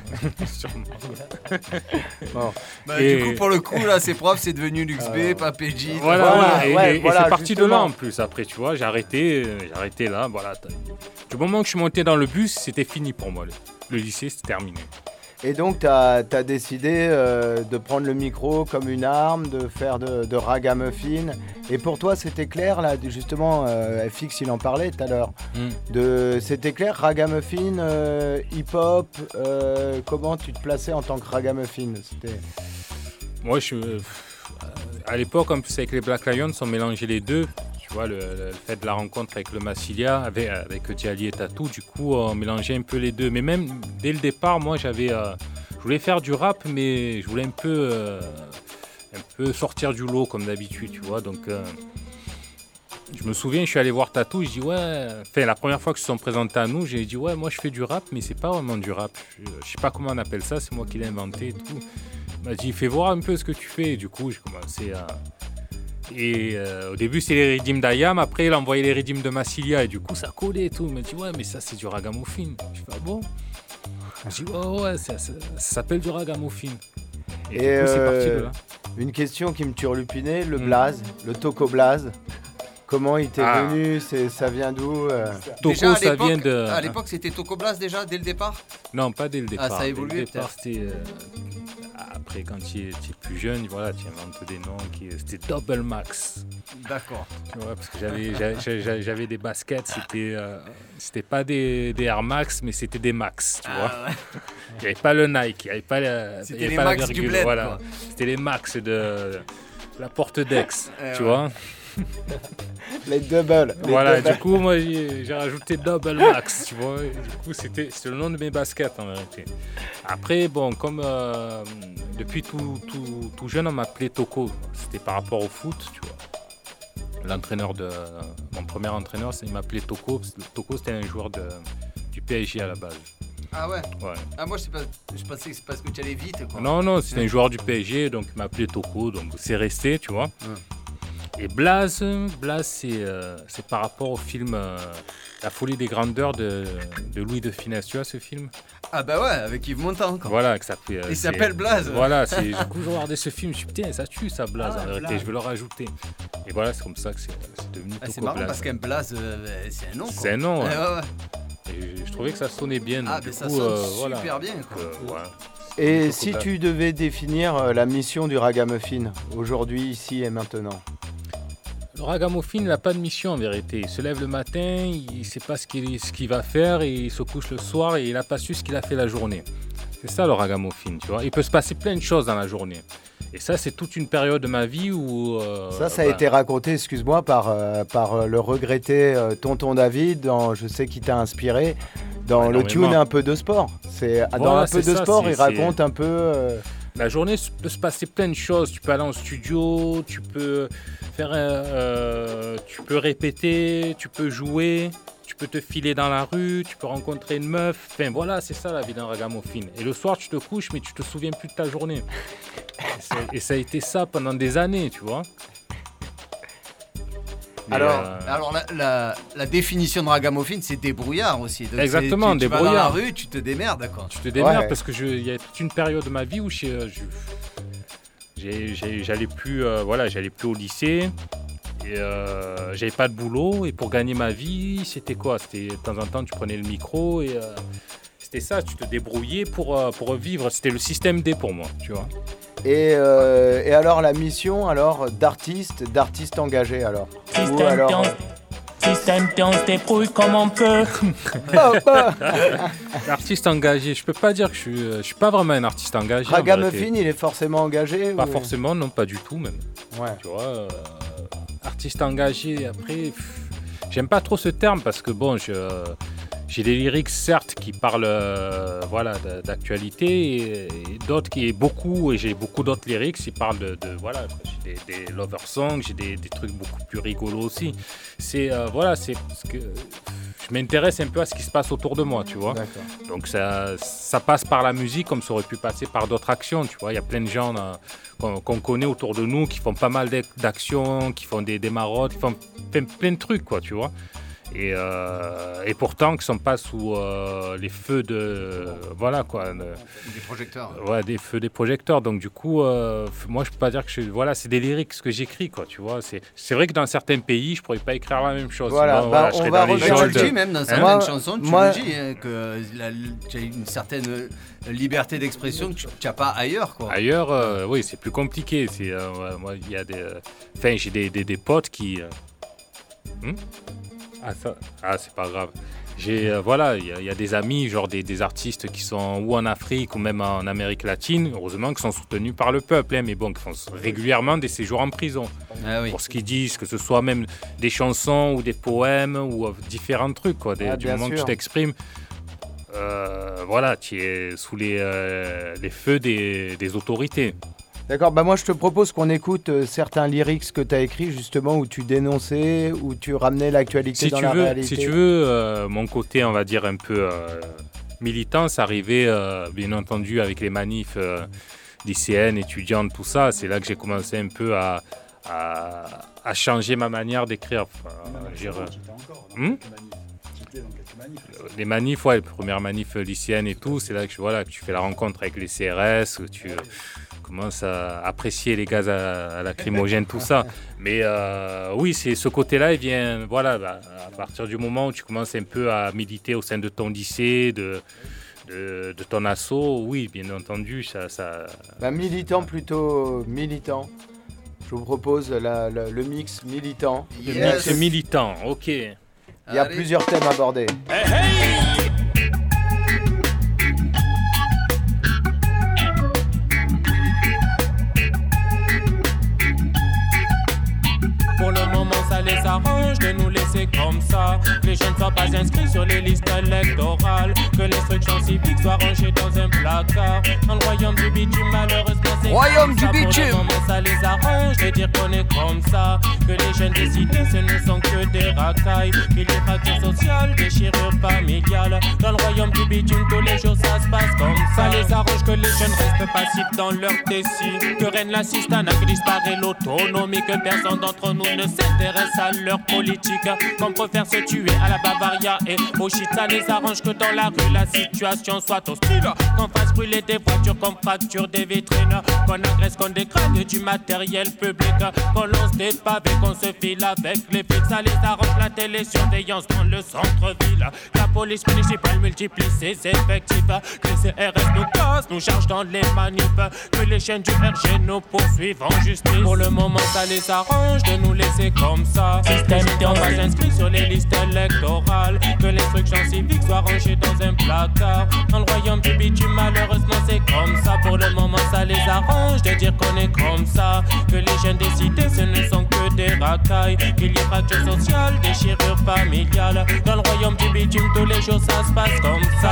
Bon. Du coup, pour le coup, là, ces profs, c'est devenu LuxB, Papéji. Voilà, et c'est parti de là en plus. Après, tu vois, j'ai arrêté là. Voilà. Du moment que je suis monté dans le bus, c'était fini pour moi. Le lycée, c'était terminé. Et donc, tu as décidé de prendre le micro comme une arme, de faire de ragamuffin. Et pour toi, c'était clair, là, justement, FX, il en parlait tout à l'heure. C'était clair, ragamuffin, hip-hop, comment tu te plaçais en tant que ragamuffin? Moi, à l'époque, en plus, avec les Black Lions, on mélangeait les deux. Tu vois, le fait de la rencontre avec le Massilia, avec Djali et Tatou, du coup, on mélangeait un peu les deux. Mais même dès le départ, moi, je voulais faire du rap, mais je voulais un peu sortir du lot, comme d'habitude, tu vois. Donc, je me souviens, je suis allé voir Tatou, je dis ouais. Enfin, la première fois qu'ils se sont présentés à nous, j'ai dit ouais, moi, je fais du rap, mais c'est pas vraiment du rap. Je sais pas comment on appelle ça, c'est moi qui l'ai inventé et tout. Il m'a dit fais voir un peu ce que tu fais. Et du coup, j'ai commencé à. Et au début, c'est les rythmes d'Ayam. Après, il a envoyé les rythmes de Massilia. Et du coup, ça collait et tout. Il m'a dit, ouais, mais ça, c'est du ragamuffin. Je fais, ah bon? Je dis, ouais, ça s'appelle du ragamuffin. Et du coup, c'est parti de là. Une question qui me turlupinait, le blaze, le Toco Blaze. Comment il t'est venu? Ça vient d'où? Toco, déjà, ça vient de... À l'époque, c'était Toco Blaze déjà, dès le départ? Non, pas dès le départ. Ah, ça a évolué peut-être. Après, quand tu es plus jeune, voilà, tu inventes des noms c'était Double Max. D'accord. Tu vois, parce que j'avais des baskets, c'était pas des Air Max, mais c'était des Max, tu vois. Ouais. Il n'y avait pas le Nike, il n'y avait pas c'était les Max du bled, voilà. Quoi. C'était les Max de la Porte d'Aix, tu vois. Les doubles. Du coup, moi, j'ai rajouté Double Max, tu vois. Et du coup, c'était le nom de mes baskets, en vérité. Après, bon, comme depuis tout jeune, on m'appelait Toco. C'était par rapport au foot, tu vois. Mon premier entraîneur, il m'appelait Toco. Toco, c'était un joueur du PSG à la base. Ah ouais. Ah moi je pensais que c'est parce que tu allais vite, quoi. Non, c'était un joueur du PSG, donc il m'appelait Toco, donc c'est resté, tu vois. Et Blaze, c'est par rapport au film La folie des grandeurs de Louis de Funès. Tu vois ce film? Ah bah ouais, avec Yves Montand. Quoi. Voilà, que ça fait. Il s'appelle Blaze. Voilà, du coup je regardais ce film, je me suis dit putain, ça tue ça Blaze en vérité, je vais le rajouter. Et voilà, c'est comme ça que c'est devenu Toco Blaze. C'est marrant parce qu'un Blaze, c'est un nom. Quoi. C'est un nom, ouais. Ouais. Et je trouvais que ça sonnait bien. Ah, mais ça sonne super bien. Quoi. Et si tu devais définir la mission du ragamuffin aujourd'hui, ici et maintenant? Le ragamuffin n'a pas de mission en vérité. Il se lève le matin, il ne sait pas ce qu'il va faire et il se couche le soir et il n'a pas su ce qu'il a fait la journée. C'est ça le ragamuffin, tu vois. Il peut se passer plein de choses dans la journée. Et ça, c'est toute une période de ma vie où... ça a été raconté, excuse-moi, par le regretté tonton David, je sais qui t'a inspiré, dans le tune Un peu de sport. Dans Un peu de sport, il raconte un peu... La journée peut se passer plein de choses. Tu peux aller en studio, tu peux tu peux répéter, tu peux jouer, tu peux te filer dans la rue, tu peux rencontrer une meuf. Enfin voilà, c'est ça la vie d'un ragamuffin. Et le soir, tu te couches, mais tu te souviens plus de ta journée. Et ça a été ça pendant des années, tu vois. Mais alors la définition de ragamuffin, c'est débrouillard aussi. Donc exactement, tu débrouillard. vas dans la rue, tu te démerdes, quoi. Tu te démerdes parce que il y a toute une période de ma vie où j'allais plus au lycée. Et j'avais pas de boulot. Et pour gagner ma vie, c'était quoi ? C'était de temps en temps, tu prenais le micro et c'était ça. Tu te débrouillais pour vivre. C'était le système D pour moi, tu vois. Et alors la mission d'artiste engagé alors. Système on se débrouille comme on peut. Artiste engagé, je peux pas dire que je suis pas vraiment un artiste engagé. Ragamuffin, il est forcément engagé Pas forcément, non, pas du tout même. Ouais. Tu vois, artiste engagé, après, j'aime pas trop ce terme parce que bon, j'ai des lyrics certes qui parlent d'actualité et d'autres qui est beaucoup, et j'ai beaucoup d'autres lyrics qui parlent j'ai des lover songs, j'ai des trucs beaucoup plus rigolos aussi. C'est c'est parce que je m'intéresse un peu à ce qui se passe autour de moi, tu vois. D'accord. Donc ça passe par la musique comme ça aurait pu passer par d'autres actions, tu vois. Il y a plein de gens qu'on connaît autour de nous qui font pas mal d'actions, qui font des maraudes, qui font plein de trucs, quoi, tu vois. Et pourtant qui sont pas sous les feux de des projecteurs. Ouais, des feux des projecteurs. Donc du coup moi je peux pas dire que c'est des lyrics que j'écris, quoi, tu vois. C'est vrai que dans certains pays je pourrais pas écrire la même chose. Voilà, sinon, je serais dans les tu gens le dis même dans certaines chansons, tu le dis que tu as une certaine liberté d'expression que tu n'as pas ailleurs, quoi. Ailleurs oui, c'est plus compliqué. Moi il y a j'ai des potes qui c'est pas grave. Il y a des amis, genre des artistes qui sont ou en Afrique ou même en Amérique latine, heureusement, qui sont soutenus par le peuple, mais bon, qui font régulièrement des séjours en prison. Ah oui. Pour ce qu'ils disent, que ce soit même des chansons ou des poèmes ou différents trucs, quoi. Du moment que tu t'exprimes, tu es sous les feux des autorités. D'accord, moi je te propose qu'on écoute certains lyrics que tu as écrits justement où tu dénonçais, où tu ramenais l'actualité dans la réalité. Si tu veux, mon côté, on va dire un peu militant, ça arrivait bien entendu avec les manifs lycéennes, étudiantes, tout ça. C'est là que j'ai commencé un peu à changer ma manière d'écrire. Les manifs, les premières manifs lycéennes et tout, c'est là que tu fais la rencontre avec les CRS, que tu commences à apprécier les gaz à lacrymogène, tout ça. Mais oui, c'est ce côté-là, il vient, à partir du moment où tu commences un peu à militer au sein de ton lycée, de ton asso, oui, bien entendu, ça... militant plutôt militant. Je vous propose le mix militant. Le mix militant, ok. Il y a plusieurs thèmes abordés. Hey, hey! Pour le moment, ça les arrange de nous laisser comme ça. Les jeunes ne soient pas inscrits sur les listes électorales. Que l'instruction civique soit rangée dans un placard. Dans le royaume du bitume, malheureusement, c'est royaume du bitume. Pour le moment, ça les arrange de dire qu'on est comme ça. Que les jeunes décidés, ce ne sont que des racailles. Qu'il y ait fracture sociale, déchirure familiale. Dans le royaume du bitume, tous les jours, ça se passe comme ça. Ça les arrange que les jeunes restent passifs dans leur décis. Que règne l'assistanat, que disparaît l'autonomie. Que personne d'entre nous ne s'intéresse à leur politique. Qu'on préfère se tuer à la Bavaria et au shit. Ça les arrange que dans la rue la situation soit hostile. Qu'on fasse brûler des voitures, qu'on fracture des vitrines. Qu'on agresse, qu'on dégrade du matériel public. Qu'on lance des pavés, qu'on se file avec les flics. Ça les arrange la télésurveillance dans le centre-ville. La police municipale multiplie ses effectifs. Que les CRS nous cassent, nous chargent dans les manifs. Que les chaînes du RG nous poursuivent en justice. Pour le moment ça les arrange de nous laisser comme ça. Système on va s'inscrire sur les listes électorales. Que l'instruction civique soit rangée dans un placard. Dans le royaume du bitume, malheureusement c'est comme ça. Pour le moment ça les arrange de dire qu'on est comme ça. Que les jeunes des cités ce ne sont que des racailles. Qu'il y ait fracture sociale, déchirure familiale. Dans le royaume du bitume tous les jours ça se passe comme ça.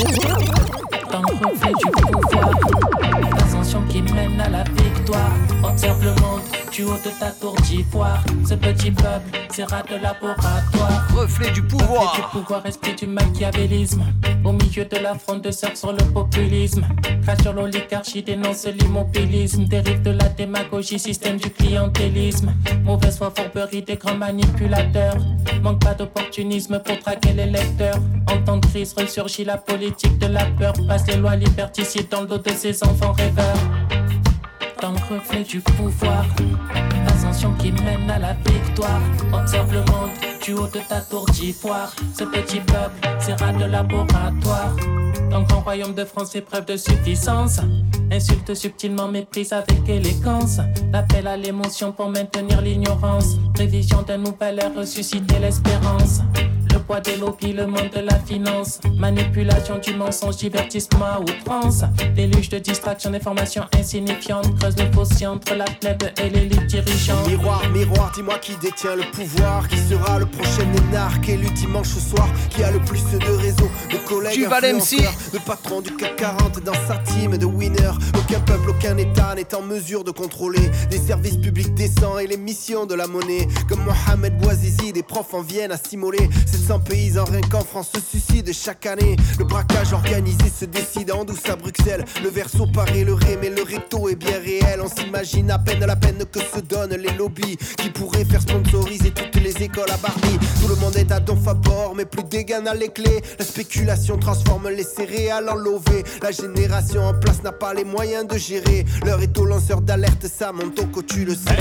Dans le reflet du pouvoir, l'ascension qui mène à la victoire. Observe le monde du haut de ta tour d'ivoire. Ce petit peuple sera de laboratoire. Reflet du pouvoir. Reflet du pouvoir, esprit du machiavélisme. Au milieu de la fronde surfe sur le populisme. Crache sur l'oligarchie, dénonce l'immobilisme. Dérive de la démagogie, système du clientélisme. Mauvaise foi, fourberie des grands manipulateurs. Manque pas d'opportunisme pour traquer les lecteurs. En temps de crise ressurgit la politique de la peur. Passe les lois liberticides dans le dos de ses enfants rêveurs. Dans le reflet du pouvoir, ascension qui mène à la victoire. Observe le monde du haut de ta tour d'ivoire. Ce petit peuple sera de laboratoire. Dans le grand royaume de France, épreuve de suffisance. Insulte subtilement, méprise avec élégance. L'appel à l'émotion pour maintenir l'ignorance. Prévision d'un nouvel ère, ressusciter l'espérance. Le poids des lobbies, le monde de la finance. Manipulation du mensonge, divertissement à outrance. Déluge de distraction, d'informations insignifiantes. Creuse le fossé entre la plèbe et l'élite dirigeante. Miroir, miroir, dis-moi qui détient le pouvoir. Qui sera le prochain énarque élu dimanche au soir. Qui a le plus de réseaux, de collègues influenceurs. Le patron du CAC 40 dans sa team de winners. Aucun peuple, aucun état n'est en mesure de contrôler des services publics décents et les missions de la monnaie. Comme Mohamed Bouazizi, des profs en viennent à s'immoler. 700 paysans rien qu'en France se suicident chaque année. Le braquage organisé se décide en douce à Bruxelles. Le verso paraît le ré, mais le recto est bien réel. On s'imagine à peine la peine que se donnent les lobbies qui pourraient faire sponsoriser toutes les écoles à Barbie. Tout le monde est à donf à bord, mais plus d'éganes à les clés. La spéculation transforme les céréales en lové. La génération en place n'a pas les moyens de gérer. L'heure est au lanceur d'alerte, ça monte au co, tu le sais.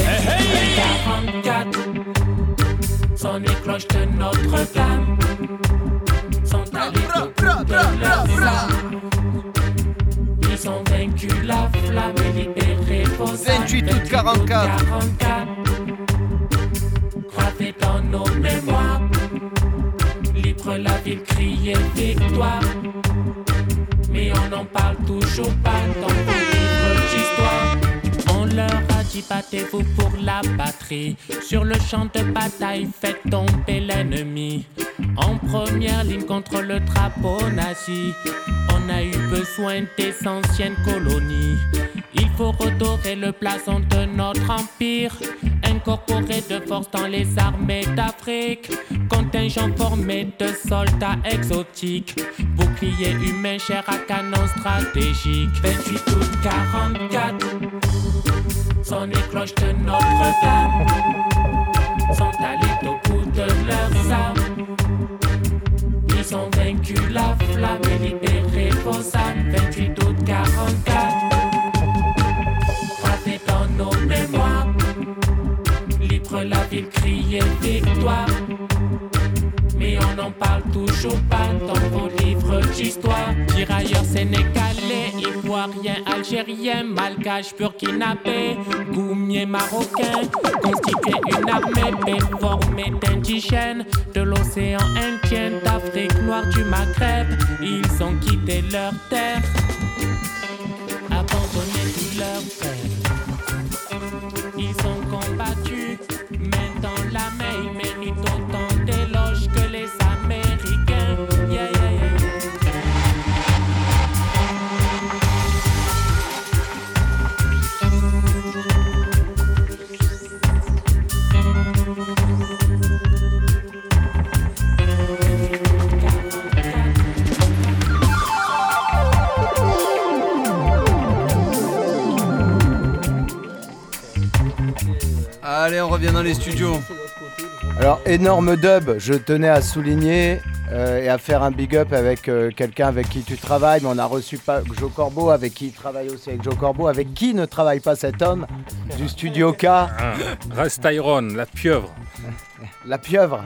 44 sont les cloches de Notre-Dame. Sont allés au bout de leurs âmes. Ils ont vaincu la flamme et libéré vos âmes. 28 août 44. Gravé dans nos mémoires. Libre la ville, crier victoire. Mais on n'en parle toujours pas dans vos livres d'histoire. On leur a dit battez-vous pour la patrie. Sur le champ de bataille, faites tomber l'ennemi. En première ligne contre le drapeau nazi. On a eu besoin des anciennes colonies. Il faut redorer le blason de notre empire. Incorporer de force dans les armées d'Afrique. Contingent formé de soldats exotiques. Bouclier humain, chair à canon stratégique. 28 août 44 sont les cloches de Notre-Dame. Sont allés au bout de leurs âmes. Ils ont vaincu la flamme et libéré vos âmes. 28 août 44 gravé dans nos mémoires. Libre la ville, crier victoire. Mais on n'en parle toujours pas dans vos livres d'histoire. Tirailleurs sénégalais, ivoiriens, algériens, malgaches, burkinabés, goumiers marocains, constituer une armée formée d'indigènes de l'océan Indien, d'Afrique noire, du Maghreb. Ils ont quitté leur terre, abandonné tous leurs frères. Ils ont combattu, main dans la main, ils méritent autant d'éloges que les Américains. Yeah, yeah, yeah. Allez, on revient dans les studios. Alors, énorme dub, je tenais à souligner et à faire un big up avec quelqu'un avec qui tu travailles, mais on a reçu pas Joe Corbeau, avec qui il travaille aussi avec Joe Corbeau, avec qui ne travaille pas cet homme du studio K. Rastyron, la pieuvre. La pieuvre.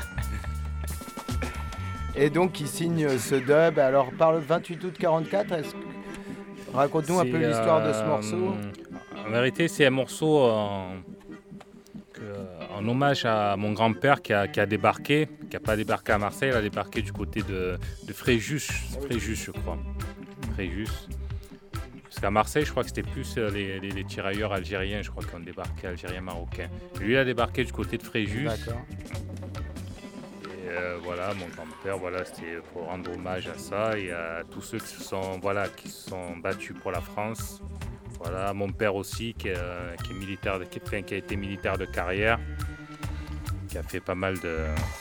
Et donc, il signe ce dub. Alors, par le 28 août 44, raconte-nous un peu l'histoire de ce morceau. En vérité, c'est un morceau en en hommage à mon grand-père qui a débarqué, qui n'a pas débarqué à Marseille, il a débarqué du côté de Fréjus, je crois. Fréjus. Parce qu'à Marseille, je crois que c'était plus les tirailleurs algériens, je crois, qui ont débarqué, algériens, marocains. Lui, il a débarqué du côté de Fréjus. D'accord. Et voilà, mon grand-père, voilà, c'était pour rendre hommage à ça et à tous ceux qui se sont battus pour la France. Voilà, mon père aussi, qui est militaire, qui a été militaire de carrière, qui a fait pas mal de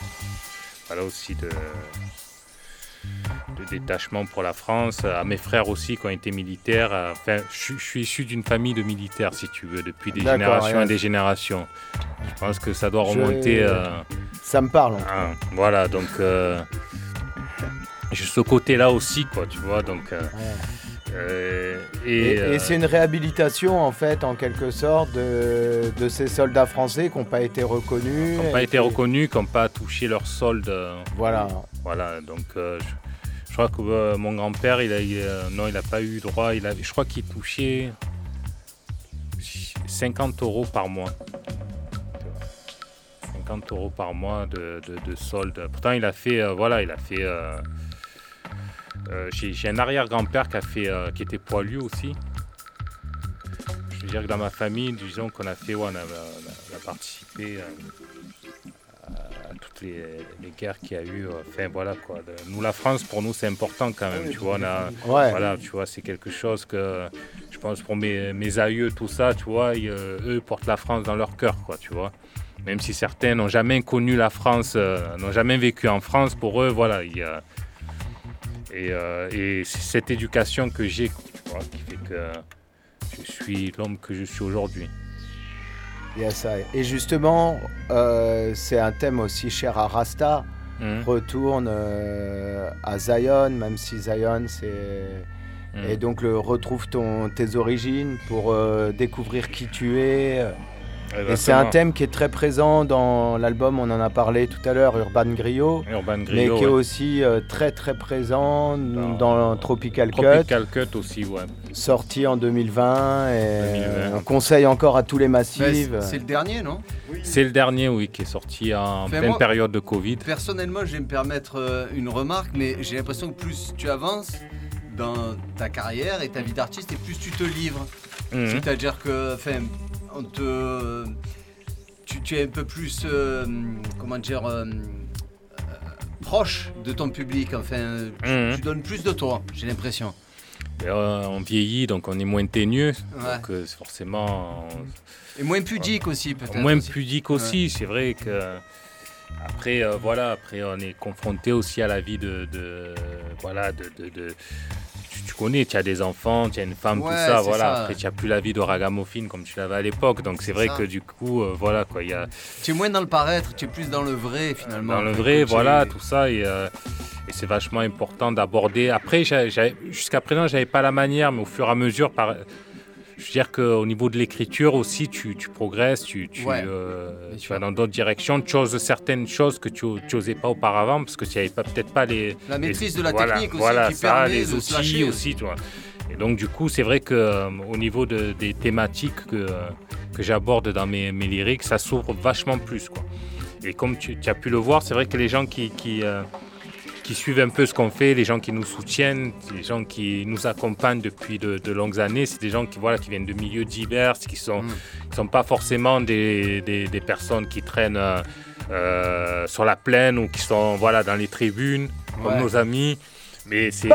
détachements pour la France. À mes frères aussi, qui ont été militaires. Enfin, je suis issu d'une famille de militaires, si tu veux, depuis des générations et des générations. Je pense que ça doit remonter. Ça me parle. Voilà, donc j'ai ce côté-là aussi, quoi, tu vois, donc. Et c'est une réhabilitation en fait en quelque sorte de ces soldats français qui n'ont pas été reconnus. Qui n'ont pas touché leur solde. Voilà, donc je crois que mon grand-père, il n'a pas eu droit, je crois qu'il touchait 50 € par mois. 50 € par mois de solde. Pourtant, il a fait j'ai un arrière-grand-père qui était poilu aussi. Je veux dire que dans ma famille, disons qu'on a fait, on a participé à toutes les guerres qu'il y a eu. Enfin voilà quoi. Nous, la France, pour nous, c'est important quand même. Tu vois, voilà, tu vois, c'est quelque chose que je pense pour mes aïeux, tout ça, tu vois, eux portent la France dans leur cœur, quoi, tu vois. Même si certains n'ont jamais connu la France, n'ont jamais vécu en France, pour eux, voilà, il y a. Et c'est cette éducation que j'ai, tu vois, qui fait que je suis l'homme que je suis aujourd'hui. Yes, et justement, c'est un thème aussi cher à Rasta. Retourne à Zion, même si Zion c'est... Et donc retrouve tes origines pour découvrir qui tu es. Et c'est un thème qui est très présent dans l'album, on en a parlé tout à l'heure, Urban Griot, mais qui est aussi très très présent dans Tropical Cut. Tropical Cut aussi, ouais. Sorti en 2020 et on conseille encore à tous les massifs. C'est le dernier, non ? C'est le dernier, oui, qui est sorti en pleine période de Covid. Personnellement, je vais me permettre une remarque, mais j'ai l'impression que plus tu avances dans ta carrière et ta vie d'artiste, et plus tu te livres. C'est-à-dire que... tu es un peu plus proche de ton public, tu donnes plus de toi, j'ai l'impression. On vieillit, donc on est moins teigneux, donc forcément... Et moins pudique aussi, peut-être. Moins pudique aussi, c'est vrai que... Après, on est confronté aussi à la vie tu connais, tu as des enfants, tu as une femme, tout ça, voilà. Ça. Après, tu n'as plus la vie de ragamuffin comme tu l'avais à l'époque. Donc, c'est vrai que du coup, voilà quoi. Tu es moins dans le paraître, tu es plus dans le vrai finalement. Dans le vrai, voilà, tout ça. Et c'est vachement important d'aborder. Après, jusqu'à présent, je n'avais pas la manière, mais au fur et à mesure, je veux dire qu'au niveau de l'écriture aussi, tu progresses, tu vas dans d'autres directions, tu oses certaines choses que tu n'osais pas auparavant, parce que tu n'avais peut-être pas la maîtrise de la technique aussi, qui permet les outils aussi, tu vois. Et donc du coup, c'est vrai qu'au niveau des thématiques que j'aborde dans mes lyrics, ça s'ouvre vachement plus, quoi. Et comme tu as pu le voir, c'est vrai que les gens qui suivent un peu ce qu'on fait, les gens qui nous soutiennent, les gens qui nous accompagnent depuis de longues années, c'est des gens qui viennent de milieux divers, qui sont pas forcément des personnes qui traînent sur la plaine ou qui sont dans les tribunes, comme nos amis. Mais c'est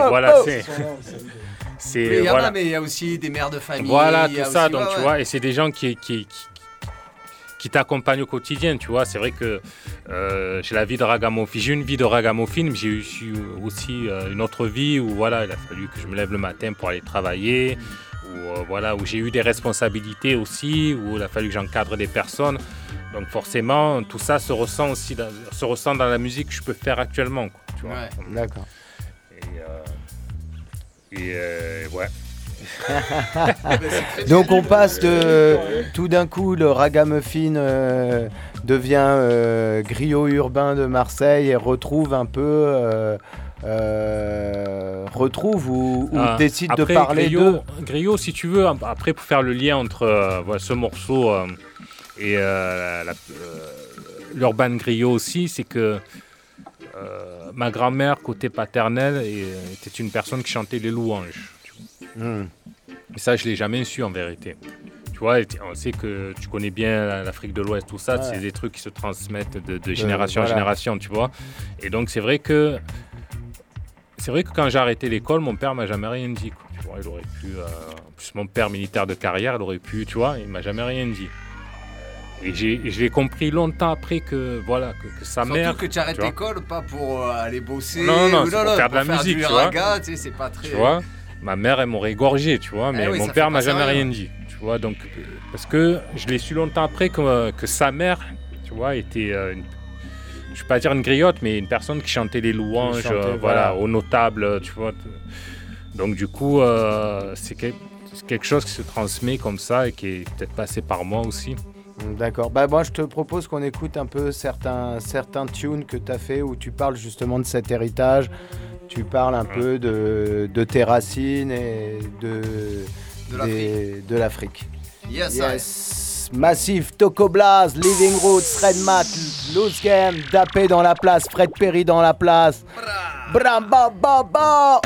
mais il y a aussi des mères de famille. Voilà, tout ça, donc tu vois, et c'est des gens qui t'accompagnent au quotidien, tu vois. C'est vrai que j'ai la vie de ragamuffin, j'ai une vie de ragamuffin, mais j'ai eu aussi une autre vie où il a fallu que je me lève le matin pour aller travailler, où j'ai eu des responsabilités aussi, où il a fallu que j'encadre des personnes. Donc forcément, tout ça se ressent dans la musique que je peux faire actuellement, quoi, tu vois. D'accord. Ouais. Donc on passe tout d'un coup, le ragamuffin devient griot urbain de Marseille et retrouve un peu ou décide après, de parler griot, si tu veux, après pour faire le lien entre ce morceau Et l'urban griot aussi, c'est que ma grand-mère, côté paternel, était une personne qui chantait les louanges. Et ça, je ne l'ai jamais su en vérité. Tu vois, on sait que tu connais bien l'Afrique de l'Ouest, tout ça, c'est des trucs qui se transmettent de génération en génération, tu vois. Et donc, c'est vrai que quand j'ai arrêté l'école, mon père m'a jamais rien dit, quoi. Tu vois, il aurait pu... en plus, mon père militaire de carrière, il aurait pu, tu vois, il m'a jamais rien dit. Et je l'ai compris longtemps après que sa mère... Surtout que tu arrêtes l'école, pas pour aller bosser... Non, c'est pour faire de la musique, tu vois. Raga, tu sais, c'est pas très... Tu vois, ma mère, elle m'aurait égorgé, tu vois, mais mon père m'a jamais rien dit. Tu vois, donc, parce que je l'ai su longtemps après que sa mère, tu vois, était... je ne vais pas dire une griotte, mais une personne qui chantait les louanges aux notables, tu vois. Donc du coup, c'est quelque chose qui se transmet comme ça et qui est peut-être passé par moi aussi. D'accord. Bah, moi, je te propose qu'on écoute un peu certains tunes que tu as fait où tu parles justement de cet héritage. Tu parles un peu de tes racines et de l'Afrique. Yes. Massif, Tokoblast, Living Roots, Redmat, Loose Game, Dapé dans la place, Fred Perry dans la place. Bra ba ba ba.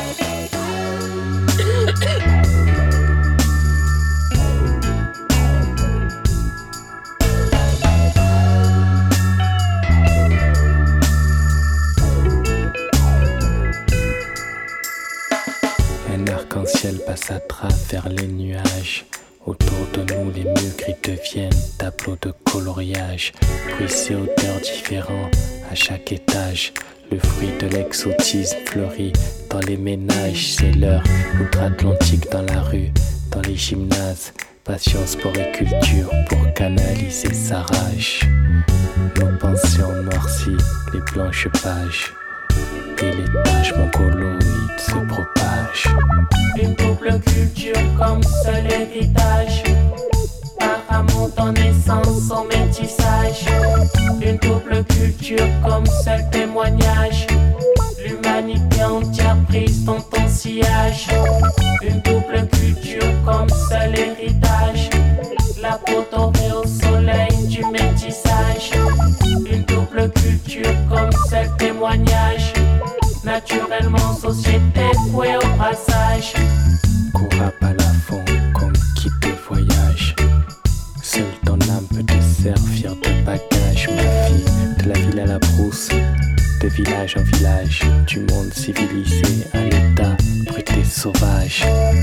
Un arc-en-ciel passe à travers les nuages. Autour de nous, les murs gris deviennent tableaux de coloriage. Bruits et odeurs différents à chaque étage. Le fruit de l'exotisme fleurit dans les ménages. C'est l'heure outre-Atlantique dans la rue, dans les gymnases. Passion, sport et culture pour canaliser sa rage. Nos pensions noircies, les blanches pages. Et les taches mongoloïdes se propagent. Une double culture comme seul héritage. Par amour en naissance en métissage. Une double culture comme seul témoignage. L'humanité entière prise dans ton sillage. Une double culture comme seul héritage. La peau dorée au soleil du métissage. Une double culture comme seul témoignage. Naturellement, société vouée au passage. Cours à balafon comme qui te voyage. Seule ton âme peut te servir de bagage, ma fille. De la ville à la brousse, de village en village. Du monde civilisé à l'état brut et sauvage.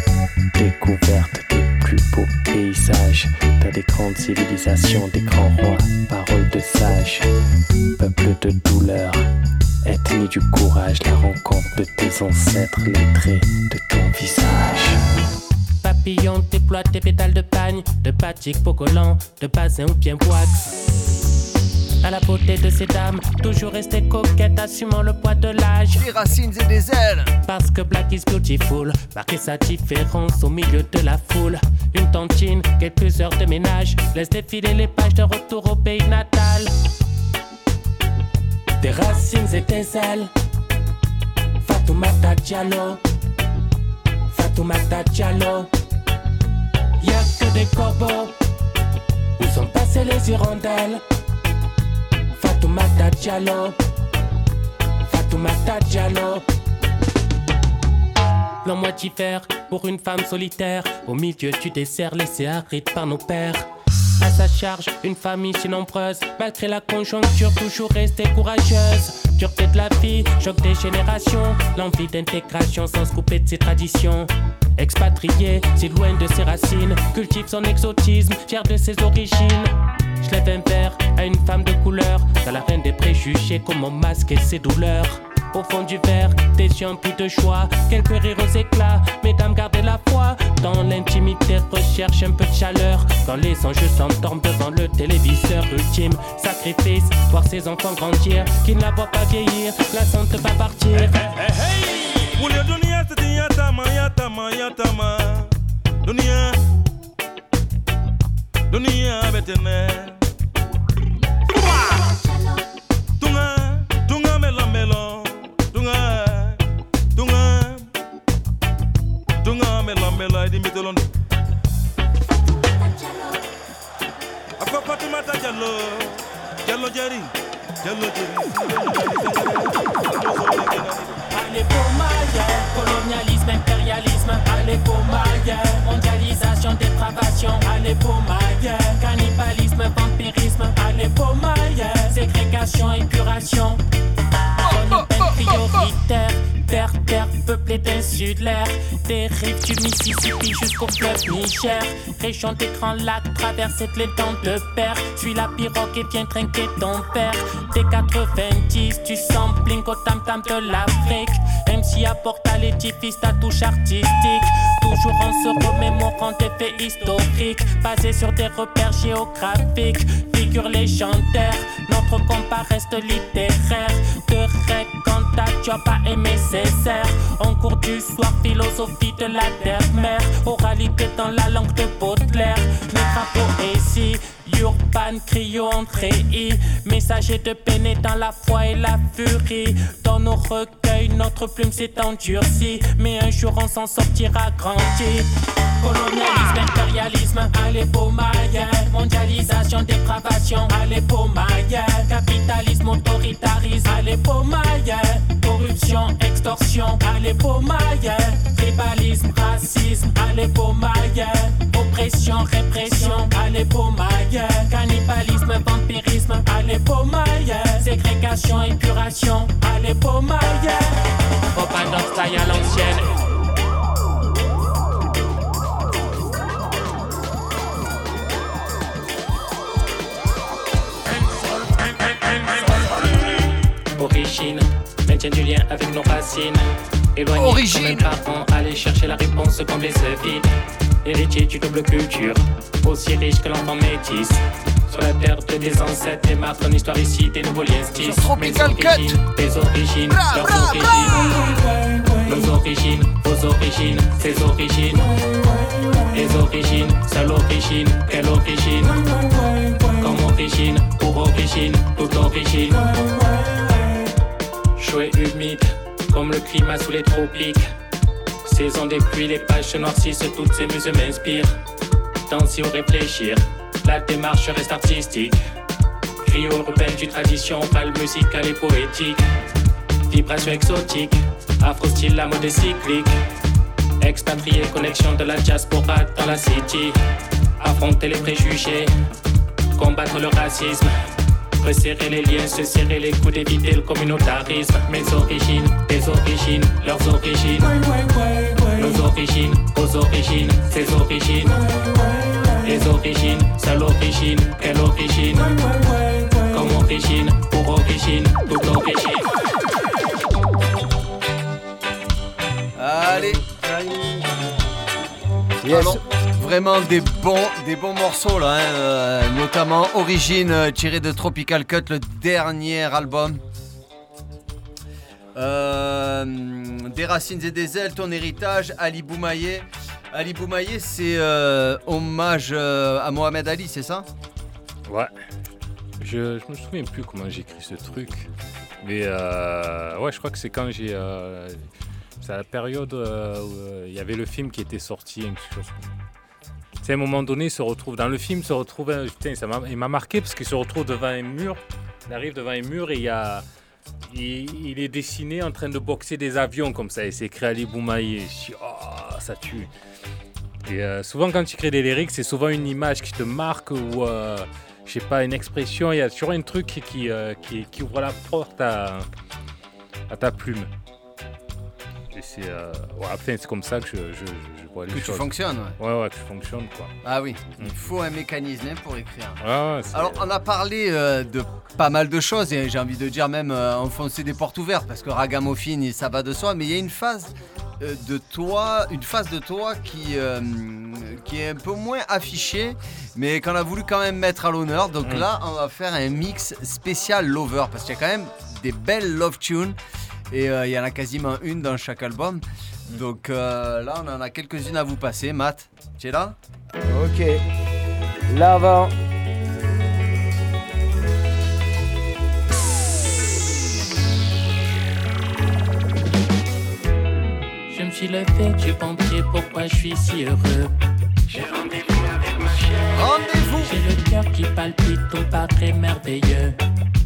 Découverte des plus beaux paysages. Dans des grandes civilisations, des grands rois, paroles de sages. Peuple de douleur. Ethnie du courage, la rencontre de tes ancêtres, les traits de ton visage. Papillon déploie tes pétales de pagne, de batik pogolant, de bassin ou bien wax. À la beauté de ces dames, toujours rester coquette, assumant le poids de l'âge. Des racines et des ailes. Parce que black is beautiful, marquer sa différence au milieu de la foule. Une tontine, quelques heures de ménage, laisse défiler les pages de retour au pays natal. Des racines et des ailes. Fatoumata Diallo. Fatoumata Diallo. Y'a que des corbeaux. Où sont passées les hirondelles? Fatoumata Diallo. Fatoumata Diallo. L'homme moitié diffère pour une femme solitaire. Au milieu du désert laissé aride par nos pères. À sa charge, une famille si nombreuse. Malgré la conjoncture, toujours restée courageuse. Dureté de la vie, choc des générations. L'envie d'intégration sans se couper de ses traditions. Expatrié, si loin de ses racines. Cultive son exotisme, fier de ses origines. Je lève un verre à une femme de couleur. Dans la reine des préjugés, comment masquer ses douleurs. Au fond du verre, des yeux emplis de joie. Quelques rires aux éclats, mesdames gardez la foi. Dans l'intimité, recherche un peu de chaleur. Quand les enjeux s'endorment devant le téléviseur. Ultime sacrifice, voir ses enfants grandir. Qui ne la voient pas vieillir, la sentent pas partir. Hey, hey, hey, hey. Dunia, c'est yatama, yatama, yatama. Dunia, dunia, betene. Tunga, melon, melon. Tunga mela mela di mitolondo. Afro Allez pour Maya, colonialisme, impérialisme, allez pour Maya, mondialisation, dépravation, allez pour Maya, cannibalisme, vampirisme, allez pour Maya, ségrégation, épuration, prioritaire, terre, peuplée d'un sud l'air, des rives du Mississippi jusqu'au fleuve Niger, région des grands lacs, traversée de les dents de père, suis la pirogue et viens trinquer ton père, des 90, tu sampling au tam-tam de l'Afrique, MC apporte à l'édifice ta touche artistique, toujours en se remémorant des faits historiques, basés sur des repères géographiques, figure légendaire, notre combat reste littéraire, de règles quand ta job pas est nécessaire, en cours du soir, philosophie de la terre-mère, oralité dans la langue de Baudelaire, méta-poésie, urban, cryo, entrée, messager de peine dans la foi et la furie, dans nos recueils, notre plume s'est endurcie, mais un jour on s'en sortira grandi. Colonialisme, impérialisme, allez pour Maya, mondialisation, dépravation, allez pour Maya, capitalisme, autoritarisme, allez pour Maya, corruption, extorsion, allez pour Maya, tribalisme, racisme, allez pour Maya, oppression, répression, allez pour Maya, cannibalisme, vampirisme, allez pour Maya, ségrégation, épuration, allez pour Maya. Open up style à l'ancienne. Origine, maintien du lien avec nos racines. Éloigné comme un parent, aller chercher la réponse comme les œufs vides. Héritier du double culture, aussi riche que l'enfant métis. Sur la terre de des ancêtres, des marques en histoire ici, des nouveaux liens stys. Mes origines, tes origines, leurs origines. Nos origines, vos origines, ses origines. Les origines, seule origine, quelle origine? Comme origine, pour origine, toute origine. Chaud et humide, comme le climat sous les tropiques. Saison des pluies, les pages se noircissent, toutes ces muses m'inspirent. Danser ou réfléchir, la démarche reste artistique. Griot urbaine du tradition, orale, musicale et poétique. Vibration exotique, afro-style, la mode est cyclique. Expatrié, connexion de la diaspora dans la city. Affronter les préjugés, combattre le racisme. Resserrer les liens, se serrer les coudes, éviter le communautarisme. Mes origines, tes origines, leurs origines. Nos origines, vos origines, ses origines. Les origines, seule origine, quelle origine? Comme origine, pour origine, toute origine. Allez. Yes. Alors, vraiment des bons morceaux là, hein, notamment Origine tiré de Tropical Cut, le dernier album. Des racines et des ailes, ton héritage, Ali Boumaye. Ali Boumaye, c'est hommage à Mohamed Ali, c'est ça? Ouais. Je me souviens plus comment j'ai écrit ce truc, mais ouais, je crois que c'est quand j'ai. C'est à la période où il y avait le film qui était sorti. À un moment donné, il se retrouve dans le film, il m'a marqué parce qu'il se retrouve devant un mur. Il arrive devant un mur et il est dessiné en train de boxer des avions comme ça. Et c'est écrit Ali Boumaye. Je dis, oh, ça tue. Et souvent, quand tu crées des lyrics, c'est souvent une image qui te marque ou je sais pas, une expression. Il y a toujours un truc qui ouvre la porte à ta plume. Et c'est comme ça que je vois les choses. Que tu fonctionnes, ouais. Ouais, que je fonctionne, quoi. Ah oui, il faut un mécanisme pour écrire. Ouais, alors, on a parlé de pas mal de choses, et j'ai envie de dire même enfoncer des portes ouvertes, parce que Ragamuffin, ça va de soi, mais il y a une phase de toi qui est un peu moins affichée, mais qu'on a voulu quand même mettre à l'honneur. Donc là, on va faire un mix spécial Lover, parce qu'il y a quand même des belles love tunes. Et il y en a quasiment une dans chaque album. Donc là, on en a quelques-unes à vous passer. Matt, tu es là? Ok. L'avant. Je me suis levé du bon pied, pourquoi je suis si heureux? J'ai rendez-vous avec ma chère. Rendez-vous. J'ai le cœur qui palpite, tout paraît merveilleux.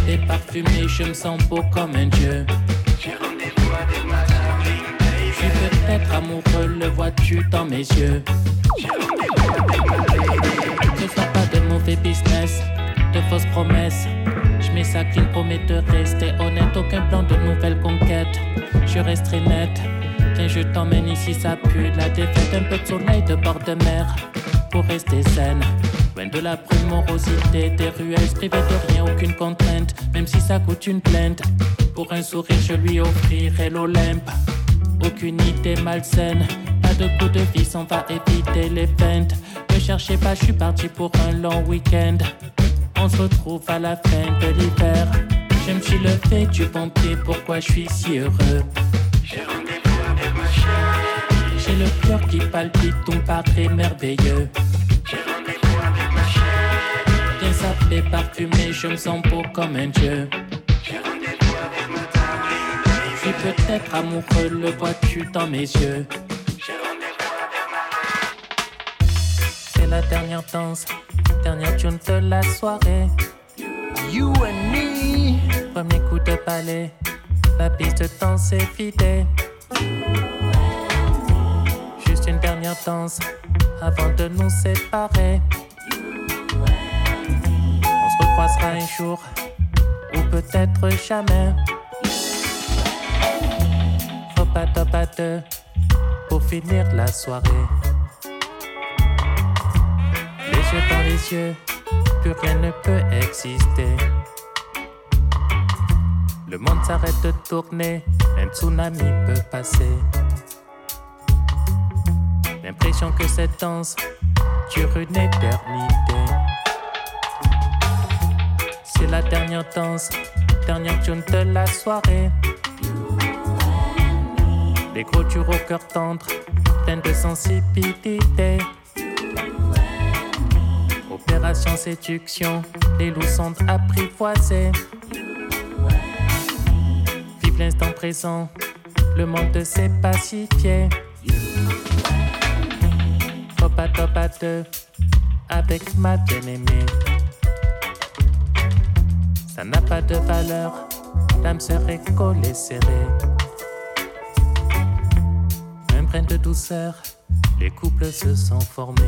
sapé, parfumé, je me sens beau comme un dieu. J'ai rendez-vous avec ma darling, baby. Je suis peut-être amoureux, le vois-tu dans mes yeux. J'ai rendez-vous avec ma baby. Ne fais pas de mauvais business, de fausses promesses. Je mets ça clean, promets de rester honnête. Aucun plan de nouvelles conquêtes, je resterai net. Tiens, je t'emmène ici, ça pue de la défaite. Un peu de soleil de bord de mer pour rester zen. Loin de la morosité des ruelles, privé de rien, aucune contrainte. Même si ça coûte une plainte, pour un sourire je lui offrirai l'Olympe. Aucune idée malsaine, pas de coup de vis, on va éviter les feintes. Ne cherchez pas, je suis parti pour un long week-end. On se retrouve à la fin de l'hiver. Je me suis levé du bon pied, pourquoi je suis si heureux. J'ai rendez-vous avec ma chérie. J'ai le cœur qui palpite, tout me paraît merveilleux. J'ai rendez-vous avec ma chérie. Bien sapé, parfumé, je me sens beau comme un dieu. J'ai rendez-vous avec ma darling, baby. Je suis peut-être amoureux, le vois-tu dans mes yeux. J'ai rendez-vous avec ma baby. C'est la dernière danse, dernière tune de la soirée. You and me. Premier coup de balai, la piste de danse est vidée. Juste une dernière danse avant de nous séparer. On se recroisera un jour, ou peut-être jamais. Faut pas top à deux pour finir la soirée. Les yeux dans les yeux, plus rien ne peut exister. Le monde s'arrête de tourner, un tsunami peut passer. L'impression que cette danse dure une éternité. C'est la dernière danse, dernière tune de la soirée. Les gros durs au cœur tendre, plein de sensibilité. Opération séduction, les loups sont apprivoisés. Vive l'instant présent, le monde s'est pacifié. Faut pas top à deux avec ma bien-aimée. Ça n'a pas de valeur, l'âme serait collée serrée. Un brin de douceur, les couples se sont formés.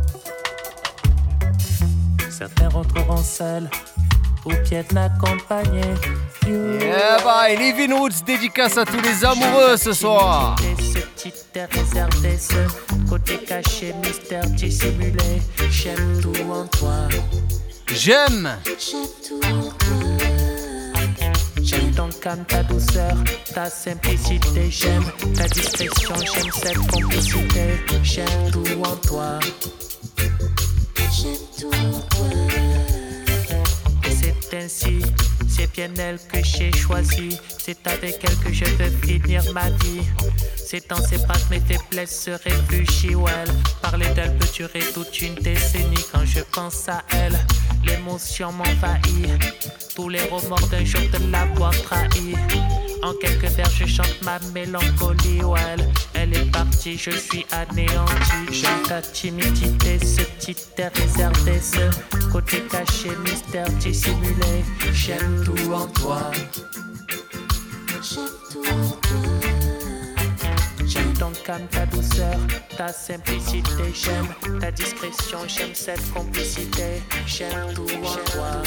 Certains rentreront seuls ou bien accompagnés. Yeah bye, Living Woods, dédicace à tous les amoureux ce soir. Ce petit air réservé, ce côté caché, mystère dissimulé. J'aime tout en toi. J'aime tout en toi. J'aime ton calme, ta douceur, ta simplicité. J'aime ta discrétion, j'aime cette complicité. J'aime tout en toi. J'aime tout en toi. Et c'est ainsi, c'est bien elle que j'ai choisie. C'est avec elle que je veux finir ma vie. C'est dans ses bras que mes faiblesses se réfugient. Ou elle, parler d'elle peut durer toute une décennie. Quand je pense à elle, l'émotion m'envahit. Tous les remords d'un jour de l'avoir trahi. En quelques vers je chante ma mélancolie. Ou elle est partie, je suis anéanti. J'aime ta timidité, ce petit air réservé, ce côté caché, mystère dissimulé. J'aime tout en toi. J'aime tout en toi. J'aime ton calme, ta douceur, ta simplicité. J'aime ta discrétion, j'aime cette complicité. J'aime tout en toi.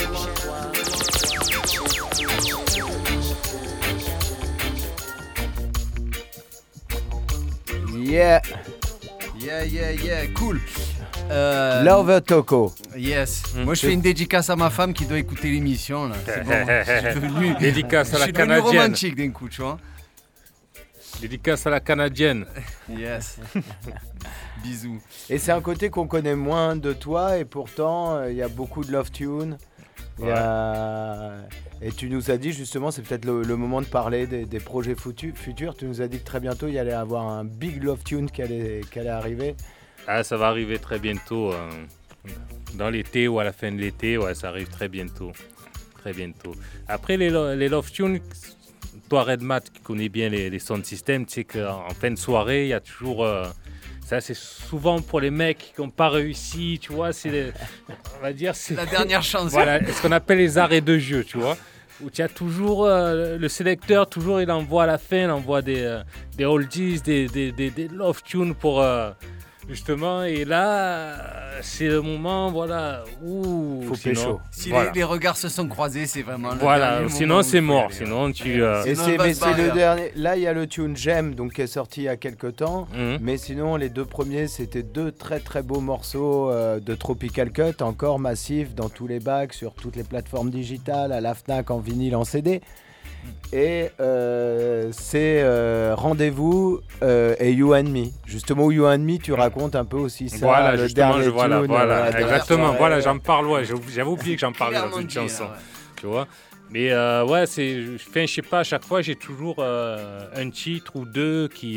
Yeah. Yeah, cool. Love Toko. Yes. Moi, je fais une dédicace à ma femme qui doit écouter l'émission. Là. C'est bon. Je suis devenu, dédicace à la je suis Canadienne. devenu romantique d'un coup, tu vois. Dédicace à la Canadienne. Yes. Bisous. Et c'est un côté qu'on connaît moins de toi et pourtant il y a beaucoup de love tunes. Ouais. Et tu nous as dit justement, c'est peut-être le moment de parler des projets futurs. Tu nous as dit que très bientôt il y allait avoir un big love tune qui allait arriver. Ah, ça va arriver très bientôt. Dans l'été ou à la fin de l'été, ouais, ça arrive très bientôt. Très bientôt. Après les love tunes, toi Redmat qui connais bien les sound systems, tu sais qu'en fin de soirée, il y a toujours... ça c'est souvent pour les mecs qui n'ont pas réussi, tu vois, on va dire... C'est la dernière chance. Voilà, ce qu'on appelle les arrêts de jeu, tu vois. où tu as toujours le sélecteur, toujours il envoie à la fin, il envoie des oldies, des love tunes pour justement, et là c'est le moment où faut pécho. Si les regards se sont croisés, c'est vraiment sinon c'est mort, sinon tu et c'est le dernier. Là il y a le tune J'aime donc qui est sorti il y a quelques temps, mais sinon les deux premiers c'était deux très très beaux morceaux de Tropical Cut, encore massifs dans tous les bacs, sur toutes les plateformes digitales, à la Fnac, en vinyle, en CD. Et c'est Rendez-vous et You and Me. Justement, You and Me, tu racontes un peu aussi ça. Voilà, le justement, dernier tune, exactement. Voilà, j'en parle. Ouais, j'avais oublié que j'en parlais dans une chanson. Tu vois. Mais je sais pas. À chaque fois, j'ai toujours un titre ou deux qui,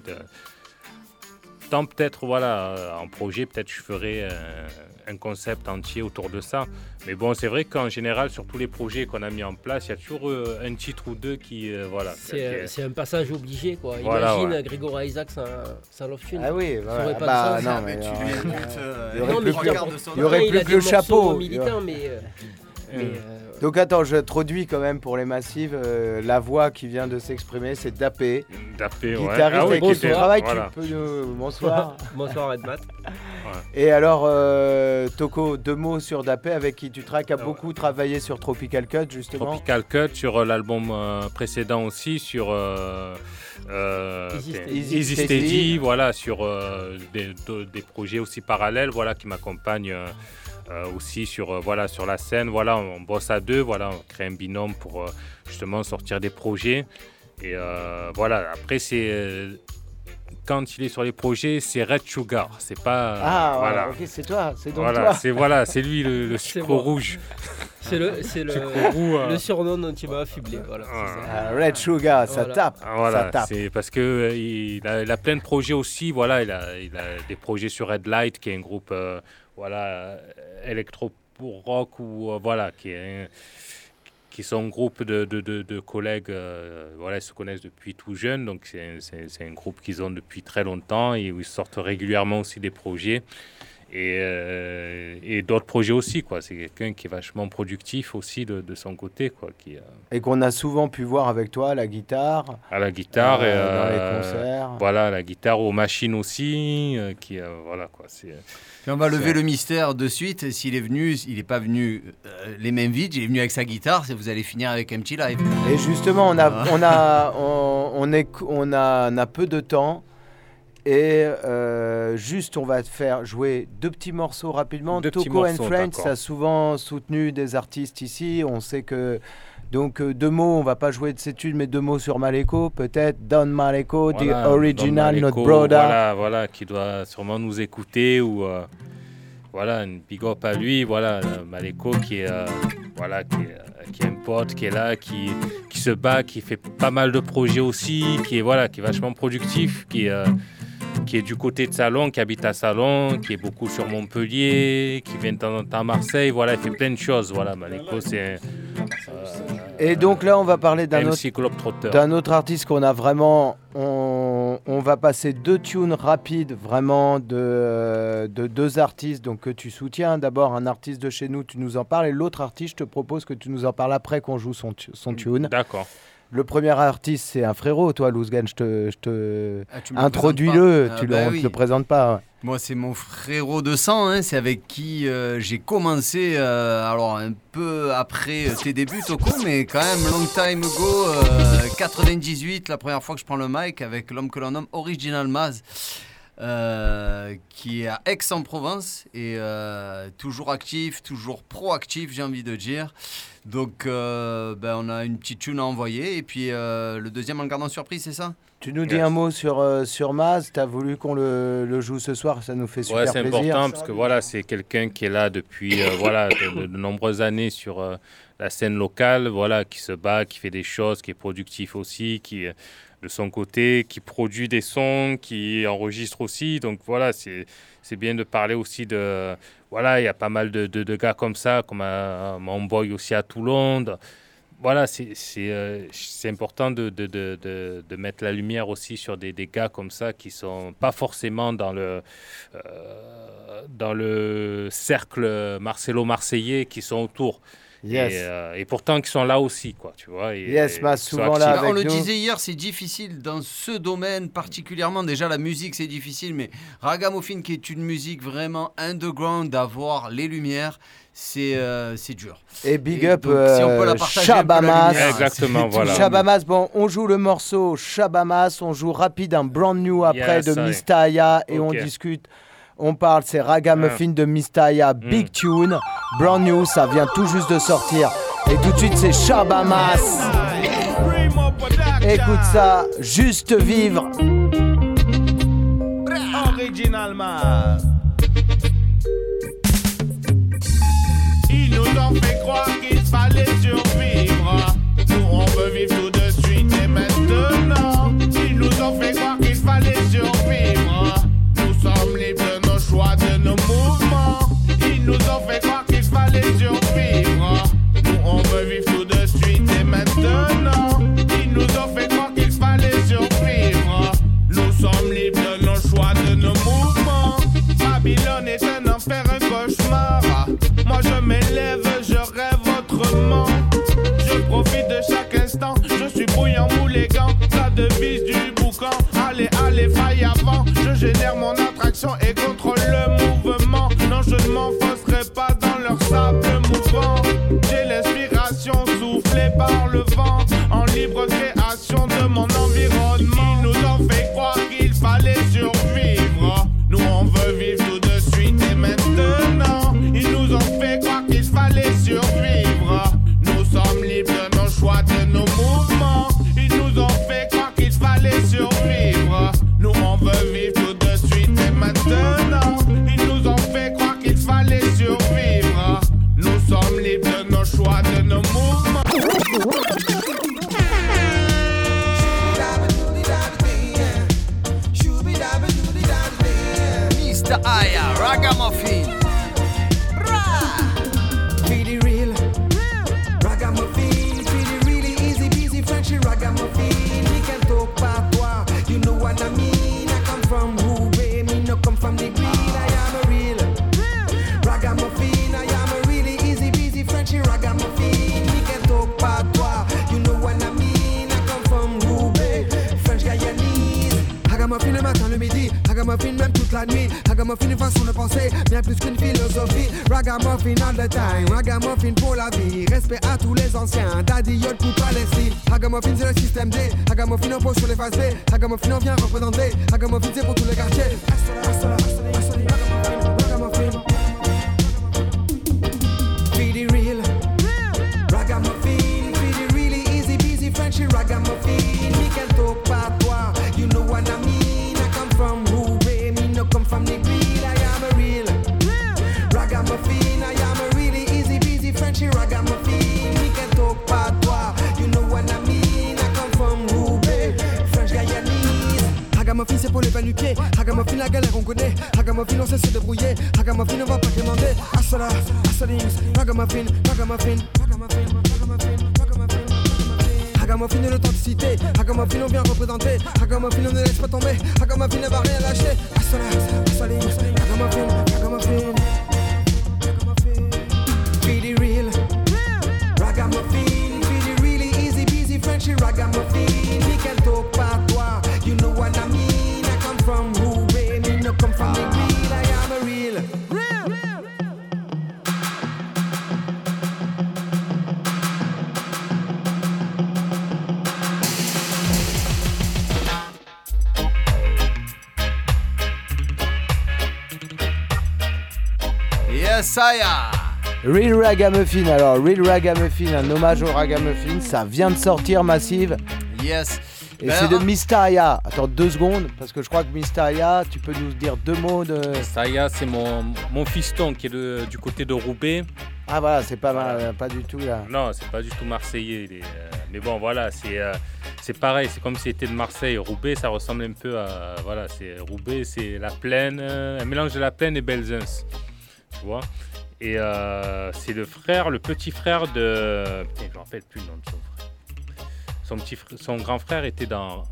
tant peut-être, en projet, peut-être je ferai un concept entier autour de ça. Mais bon, c'est vrai qu'en général, sur tous les projets qu'on a mis en place, il y a toujours un titre ou deux qui, C'est un passage obligé, quoi. Imagine Grégory Isaac sans Love Tune. Ah oui, ça aurait pas de sens. Non, mais il y aurait plus que le chapeau. Militant, Donc attends, je introduis quand même pour les massives, la voix qui vient de s'exprimer, c'est Dapé. Dapé, ouais. Guitariste avec qui tu travailles, voilà. tu peux bonsoir. Bonsoir Redmat. Et alors, Toko, deux mots sur Dapé, avec qui tu travailles, qui a beaucoup travaillé sur Tropical Cut, justement. Tropical Cut, sur l'album précédent aussi, sur Easy Steady, voilà, sur des projets aussi parallèles, qui m'accompagnent. Aussi sur la scène, on bosse à deux, on crée un binôme pour justement sortir des projets. Et après c'est quand il est sur les projets, c'est Red Sugar, c'est pas ok, c'est toi, c'est donc toi. C'est lui le sucre rouge. C'est le surnom dont il m'a affublé. Red Sugar, ça tape. Ça tape. C'est parce que il a plein de projets aussi. Il a des projets sur Red Light, qui est un groupe électro-rock ou qui sont un groupe de collègues. Ils se connaissent depuis tout jeune, donc c'est un groupe qu'ils ont depuis très longtemps et où ils sortent régulièrement aussi des projets. Et d'autres projets aussi, quoi. C'est quelqu'un qui est vachement productif aussi de son côté, quoi. Et qu'on a souvent pu voir avec toi à la guitare. À la guitare et dans les concerts. Voilà, la guitare aux machines aussi, Et on va lever le mystère de suite. S'il est venu, il n'est pas venu les mains vides, il est venu avec sa guitare. Vous allez finir avec un petit live. Et justement, on a peu de temps. Et juste, on va te faire jouer deux petits morceaux rapidement. Toko and Friends a souvent soutenu des artistes ici. On sait que... Donc, deux mots, on va pas jouer de ces tunes, mais deux mots sur Maleko, peut-être. Don Maleko, the original, Don Maleko, notre brother. Voilà, qui doit sûrement nous écouter. Ou une big up à lui. Maleko qui est un pote, qui est là, qui se bat, qui fait pas mal de projets aussi, qui est vachement productif, qui est du côté de Salon, qui habite à Salon, qui est beaucoup sur Montpellier, qui vient de temps en temps à Marseille. Il fait plein de choses. Maleko, c'est... Et donc là, on va parler d'un autre artiste qu'on a vraiment... On va passer deux tunes rapides, vraiment, de deux artistes donc, que tu soutiens. D'abord, un artiste de chez nous, tu nous en parles. Et l'autre artiste, je te propose que tu nous en parles après qu'on joue son tune. D'accord. Le premier artiste, c'est un frérot, toi, Louzgan. Introduis-le, tu ne te le présentes pas. Ouais. Moi, c'est mon frérot de sang. C'est avec qui j'ai commencé, alors un peu après tes débuts, Toko, mais quand même, long time ago, 98, la première fois que je prends le mic avec l'homme que l'on nomme Original Maz. Qui est à Aix-en-Provence et toujours actif, toujours proactif, j'ai envie de dire. Donc, on a une petite tune à envoyer et puis le deuxième en gardant surprise, c'est ça ? Tu nous dis un mot sur Maz, tu as voulu qu'on le joue ce soir, ça nous fait super plaisir. C'est important parce que c'est quelqu'un qui est là depuis de nombreuses années sur la scène locale, qui se bat, qui fait des choses, qui est productif aussi, qui de son côté, qui produit des sons, qui enregistre aussi. Donc c'est bien de parler aussi de... il y a pas mal de gars comme ça, comme mon boy aussi à Toulon. C'est important de mettre la lumière aussi sur des gars comme ça qui sont pas forcément dans le cercle marcello-marseillais, qui sont autour, Yes. Et pourtant, ils sont là aussi, quoi, tu vois. Souvent là avec on le nous. disait hier, c'est difficile dans ce domaine particulièrement. Déjà, la musique, c'est difficile, mais Ragamuffin, qui est une musique vraiment underground, d'avoir les lumières, c'est dur. Et big up donc, si on peut la partager, Shabamas. Exactement, voilà. Shabamas, bon, on joue le morceau Shabamas, on joue rapide un brand new après de Mystaya et on discute. On parle, c'est Ragamuffin de Mystaya, Big Tune, brand new, ça vient tout juste de sortir. Et tout de suite, c'est Shabamas. Écoute ça, juste vivre. Originalement. Ils nous ont fait croire qu'il fallait survivre. Nous, on veut vivre tout de suite et maintenant. Ils nous ont fait croire qu'il fallait survivre. Nous sommes libres de nos choix, de nos mouvements. Ils nous ont fait croire qu'il fallait survivre. Nous, on veut vivre tout de suite et maintenant. Ils nous ont fait croire qu'il fallait survivre. Nous sommes libres de nos choix, de nos mouvements. Babylone est un enfer, un cauchemar. Moi je m'élève, je rêve autrement. Je profite de chaque instant, je suis bouillant, moulégant. La devise du boucan, allez, allez, faille avant. Je génère mon attraction et contrôle le mouvement. Non, je ne m'enfoncerai pas dans leur sable mouvant. J'ai l'inspiration soufflée par le vent, en libre création de mon environnement. Ils nous ont fait croire qu'il fallait survivre. Nous on veut vivre tout de suite et maintenant. Ils nous ont fait croire qu'il fallait survivre. Nous sommes libres de nos choix, de nos mouvements. Ils nous ont fait croire qu'il fallait survivre. Nous on veut vivre tout de suite et maintenant. Ils nous ont fait croire qu'il fallait survivre. Nous sommes libres de nos choix, de nos mouvements. Mystaya, Ragamuffin. Really real, Ragamuffin. Really, really easy, busy, Frenchy Ragamuffin. We can talk patois, you know what I mean. I come from Roubaix, me no come from the green. I am a real Ragamuffin. I am a really easy, busy, Frenchy Ragamuffin. We can talk patois, you know what I mean. I come from Roubaix, French Guyanese. Ragamuffin le matin, le midi, Ragamuffin même toute la nuit. Ragamuffin une façon de penser, bien plus qu'une philosophie. Ragamuffin all the time, Ragamuffin pour la vie. Respect à tous les anciens, Daddy Yod pour Palestine. Ragamuffin c'est le système D, Ragamuffin on pose sur les phases B. Ragamuffin on vient représenter, Ragamuffin c'est pour tous les quartiers. Ragamuffin. Really real, Ragamuffin. Really, really easy, busy, Frenchy Ragamuffin. We can talk patois, you know what I mean. I come from Roubaix, me no come from the green. I am a real Ragamuffin. I am a really easy, busy, Frenchy Ragamuffin. We can talk patois, you know what I mean. I come from Roubaix, French Guyanese. Ragamuffin c'est pour les panupiers, Ragamuffin la galère on connaît. Ragamuffin on sait se débrouiller, Ragamuffin on va pas demander. Assola, Assolings, Ragamuffin, Ragamuffin, Ragamuffin, Ragamuffin, Ragamuffin. Ragamuffin et l'authenticité, Ragamuffin on vient représenter, Ragamuffin on ne laisse pas tomber, Ragamuffin ne va rien lâcher. Assola, Assolings, Ragamuffin, Ragamuffin, Ragamuffin. Really real, Ragamuffin. Really, really easy, busy, Frenchy Ragamuffin. We can talk patois, you know what I mean. I come from Roubaix, me no come from the green. I am a real. Mystaya. Real Ragamuffin, alors Real Ragamuffin, un hommage au Ragamuffin, ça vient de sortir Massive. Yes. Et c'est de Mystaya. Attends 2 secondes, parce que je crois que Mystaya, tu peux nous dire 2 mots de... Mystaya, c'est mon fiston qui est du côté de Roubaix. Ah voilà, c'est pas mal, pas du tout là. Non, c'est pas du tout marseillais. Mais bon, voilà, c'est pareil, c'est comme si c'était de Marseille. Roubaix, ça ressemble un peu à... Voilà, Roubaix, c'est la plaine, un mélange de la plaine et Belzunce. Tu vois. Et c'est le petit frère de... Putain, je me rappelle plus le nom de son frère. Son grand frère était dans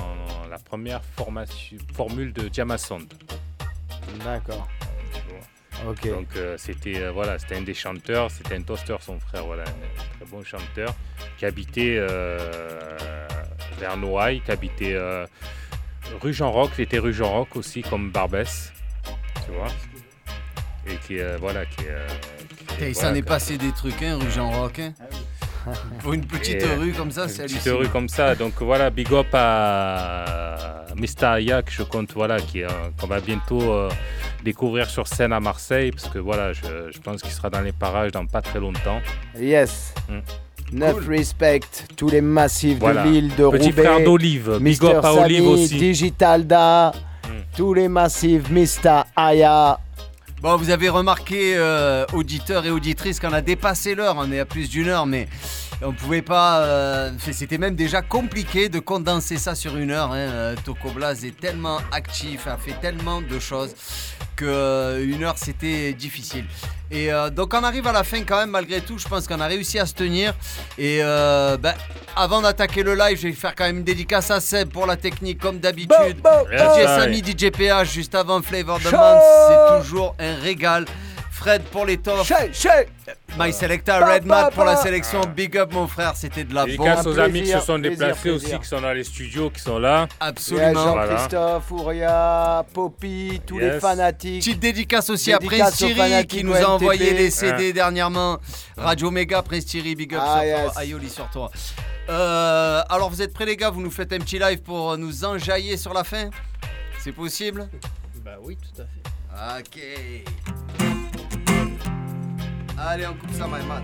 la première formule de Diamond Sound. D'accord. Okay. Donc c'était un des chanteurs, c'était un toaster son frère, voilà, un très bon chanteur qui habitait vers Noailles, qui habitait rue Jean Roch, il était rue Jean Roch aussi comme Barbès, tu vois. Et qui il s'en est passé des trucs, hein, rue Jean Roch. Hein. Pour une petite rue comme ça, c'est hallucinant. Une petite rue comme ça, donc voilà, big up à Mr. Aya, que je compte, voilà, qu'on va bientôt découvrir sur scène à Marseille, parce que voilà, je pense qu'il sera dans les parages dans pas très longtemps. Yes. Neuf respect, tous les massifs de Lille, de Petit Roubaix. frère d'Olive, big up à Olive aussi. Digitalda, tous les massifs, Mr. Aya. Bon, vous avez remarqué, auditeurs et auditrices, qu'on a dépassé l'heure. On est à plus d'une heure, mais on pouvait pas... c'était même déjà compliqué de condenser ça sur une heure. Hein. Toko Blaze est tellement actif, a fait tellement de choses qu'une heure, c'était difficile. Et donc on arrive à la fin quand même, malgré tout. Je pense qu'on a réussi à se tenir. Et avant d'attaquer le live, je vais faire quand même une dédicace à Seb pour la technique comme d'habitude. DJ Samy, DJ PH juste avant Flavor the Month, c'est toujours un régal. Fred pour les tops. My Selecta, Red Mat pour la sélection. Big up mon frère, c'était de la bombe. Dédicace aux amis qui se sont déplacés aussi, qui sont dans les studios, qui sont là. Absolument. Jean-Christophe, Ouria, Poppy, tous les fanatiques. Petite dédicace aussi à Prince Thierry qui nous a envoyé les CD dernièrement. Radio Méga, Prince Thierry, big up sur toi. Ayoli sur toi. Alors vous êtes prêts les gars, vous nous faites un petit live pour nous enjailler sur la fin? C'est possible? Bah oui, tout à fait. Ok. Allez, on coupe ça, my man.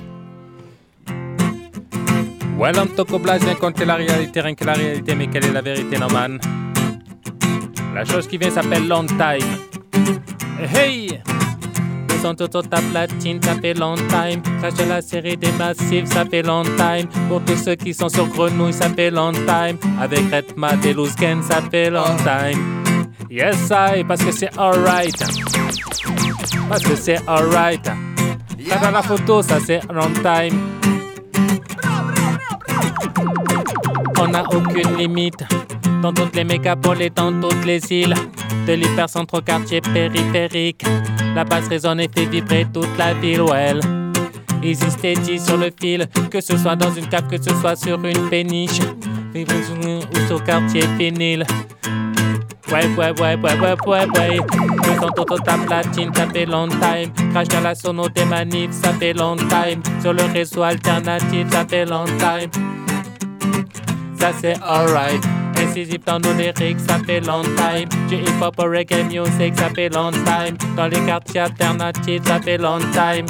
Well, on Toko Blaze vient compter la réalité, rien que la réalité, mais quelle est la vérité, no man? La chose qui vient s'appelle long time. Hey! Ils sont autour de ta platine, ça fait long time. Crash de la série des massifs, ça fait long time. Pour tous ceux qui sont sur Grenouille, ça fait long time. Avec Redmat et Louzken, ça fait long time. Yes, I, parce que c'est alright. Parce que c'est alright. Ça dans la photo, ça c'est long time. On n'a aucune limite dans toutes les mégapoles et dans toutes les îles. De l'hypercentre au quartier périphérique, la basse résonne et fait vibrer toute la ville. Well, easy steady sur le fil, que ce soit dans une cave, que ce soit sur une péniche, ou sur quartier vinyle. Ouais. Le son autour de ta platine, ça fait long time. Crash dans la sono des manifs, ça fait long time. Sur le réseau alternatif, ça fait long time. Ça c'est alright. Incisif dans nos lyrics, ça fait long time. Du hip-hop au reggae music, ça fait long time. Dans les quartiers alternatifs, ça fait long time.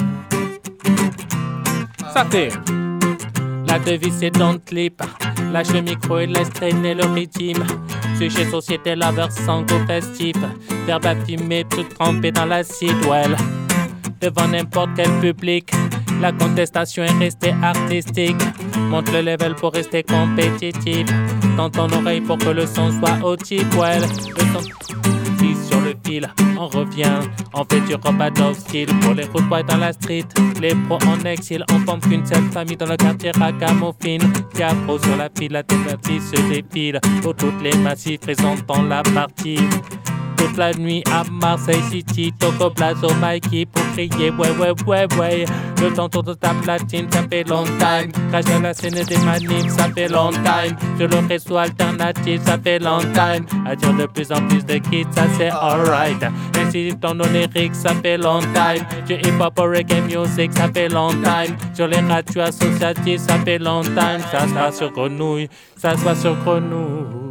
Ça fait. La devise c'est don't sleep. Lâche le micro et laisse traîner le rythme. Sujet société, laveur sang au festif. Verbe affumé, tout trempé dans l'acide. Well, devant n'importe quel public, la contestation est restée artistique. Monte le level pour rester compétitif. Dans ton oreille pour que le son soit au type. Well, le son sur le fil, on revient. On fait du Robadov style pour les road boys dans la street. Les pros en exil, on forme qu'une seule famille dans le quartier ragamuffin. Diapro sur la file, la thématique se défile. Pour toutes les massifs présentant la partie. Toute la nuit à Marseille City, Toko Blaze au Mikey pour crier ouais. Le temps tourne de ta platine, ça fait long time. Crash dans la scène des manifs, ça fait long time. Sur le réseau alternatif, ça fait long time. Attire de plus en plus de kids, ça c'est alright. Incisif dans nos lyrics, ça fait long time. Du hip-hop au reggae music, ça fait long time. Sur les radios associatifs, ça fait long time. Ça se passe sur Grenouille, ça se passe sur Grenouille.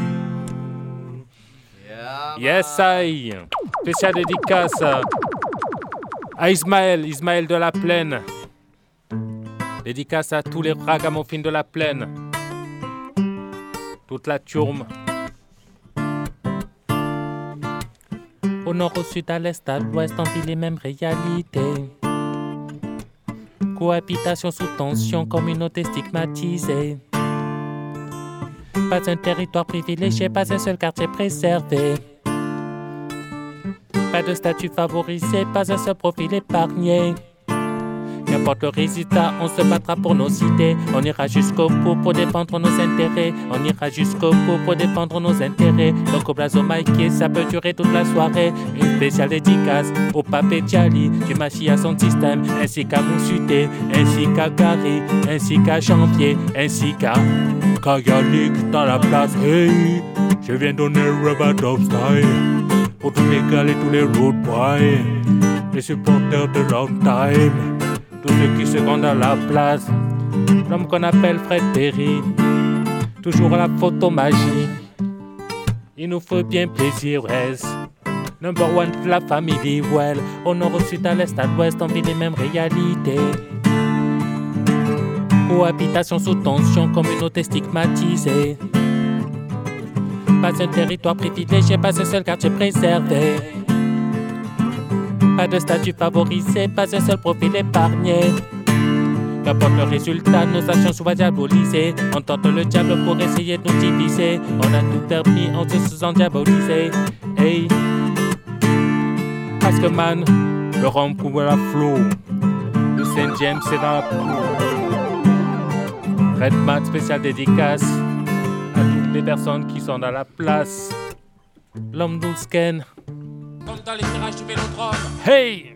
Yes, I. Spécial dédicace à Ismaël de la Plaine. Dédicace à tous les ragamuffins de la Plaine. Toute la tourme. Au nord, au sud, à l'est, à l'ouest, on vit les mêmes réalités. Cohabitation sous tension, communauté stigmatisée. Pas un territoire privilégié, pas un seul quartier préservé. Pas de statut favorisé, pas un seul profil épargné. Y'a Qu'importe le résultat, on se battra pour nos cités. On ira jusqu'au bout pour défendre nos intérêts. On ira jusqu'au bout pour défendre nos intérêts. Donc au blazo Mikey, ça peut durer toute la soirée. Une spéciale dédicace au Papé Djali, du Machi à son système, ainsi qu'à Moussuté, ainsi qu'à Gary, ainsi qu'à Janvier, ainsi qu'à Kayalik dans la place. Hey, je viens donner Rubber Dub Style pour tous les gars et tous les road boys, les supporters de long time, tous ceux qui se rendent à la place. L'homme qu'on appelle Fred Perry, toujours à la photo magie. Il nous faut bien plaisir, reste. Number one de la famille, well. Au nord, au sud, à l'est, à l'ouest, on vit les mêmes réalités. Cohabitation sous tension, communauté stigmatisée. Pas un territoire privilégié, pas un seul quartier préservé. Pas de statut favorisé, pas un seul profil épargné. Qu'importe le résultat, nos actions soient diabolisées. On tente le diable pour essayer de nous diviser. On a tout permis, on se sent diabolisé. Hey, parce que man, le rhum couvre la flot. Le Saint James c'est dans la peau. Red Mat spécial dédicace à toutes les personnes qui sont dans la place. L'homme d'Oulsken. Comme dans les tirages du vélodrome. Hey!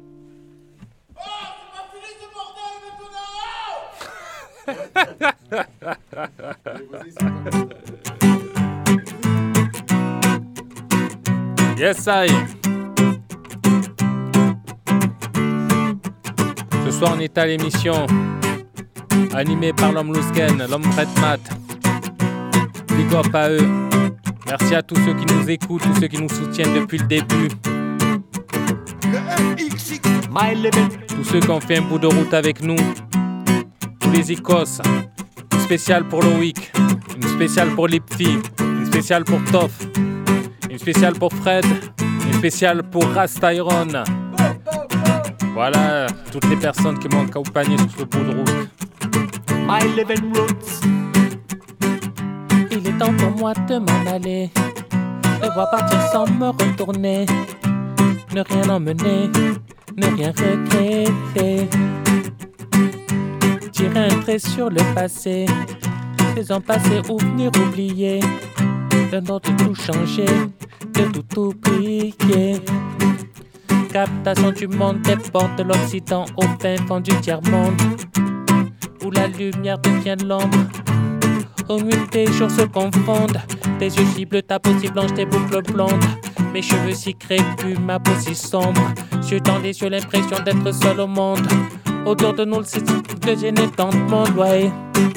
Yes, I. Ce soir, on est à l'émission animée par l'homme Lousken, l'homme Red Mat. Big up à eux. Merci à tous ceux qui nous écoutent, tous ceux qui nous soutiennent depuis le début. Tous ceux qui ont fait un bout de route avec nous. Tous les Icos. Une spéciale pour Loïc. Une spéciale pour Lipfi. Une spéciale pour Toff. Une spéciale pour Fred. Une spéciale pour Rastyron. Voilà, toutes les personnes qui m'ont accompagné sur ce bout de route. My living roots. Il est temps pour moi de m'en aller. De voir partir sans me retourner. Ne rien emmener, ne rien regretter. Tirer un trait sur le passé. Faisant passer ou venir oublier. Donnant de tout changer, de tout oublier. Captation du monde des portes de l'Occident au fin fond du tiers-monde. Où la lumière devient l'ombre. Au milieu des jours se confondent. Tes yeux si bleus, ta peau si blanche, tes boucles blondes. Mes cheveux si crépus, ma peau si sombre. J'ai dans les yeux l'impression d'être seul au monde. Autour de nous, le site de gêner tant de monde, ouais.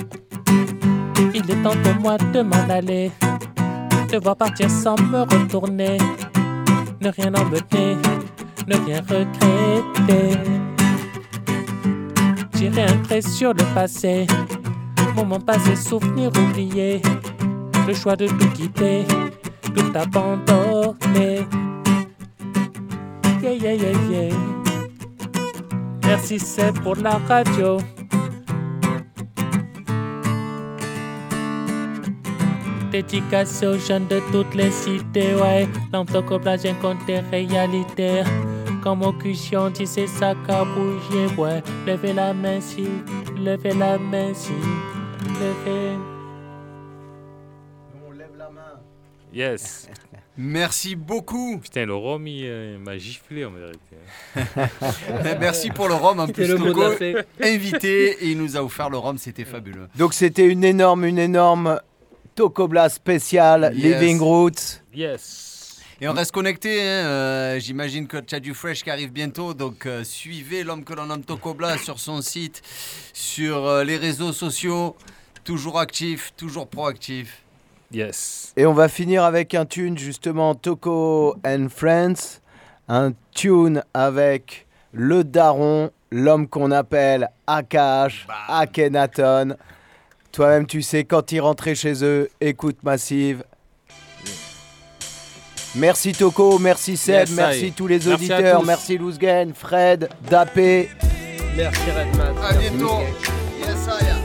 Il est temps pour moi de m'en aller. De voir partir sans me retourner. Ne rien emmener, ne rien regretter. Tirer un trait sur le passé. Moment passé, souvenir oublié. Le choix de tout quitter, tout abandonner. Yeah, yeah, yeah, yeah. Merci, c'est pour la radio. Dédicace aux jeunes de toutes les cités, ouais. L'entocoblage compte des réalités. Comme au cushion dit c'est ça qu'a bougé, ouais. Levez la main si, levez la main si, levez. On lève la main. Yes. Merci beaucoup. Putain, le rhum, il m'a giflé en vérité. Merci pour le rhum. En plus, Togo invité et il nous a offert le rhum, c'était fabuleux. Donc c'était une énorme Tokobla spéciale, yes. Living Roots. Yes. Et on reste connecté, hein. J'imagine que tu as du fresh qui arrive bientôt, donc suivez l'homme que l'on nomme Tokobla sur son site, sur les réseaux sociaux, toujours actif, toujours proactif. Yes. Et on va finir avec un tune justement Toko and Friends, un tune avec le daron, l'homme qu'on appelle Akash, Akhenaton. Toi-même tu sais, quand ils rentraient chez eux, écoute Massive. Merci Toko, merci Seb, yes, merci tous les auditeurs, merci Lousgen, Fred, Dapé. Merci Redman. À bientôt. Yes, I.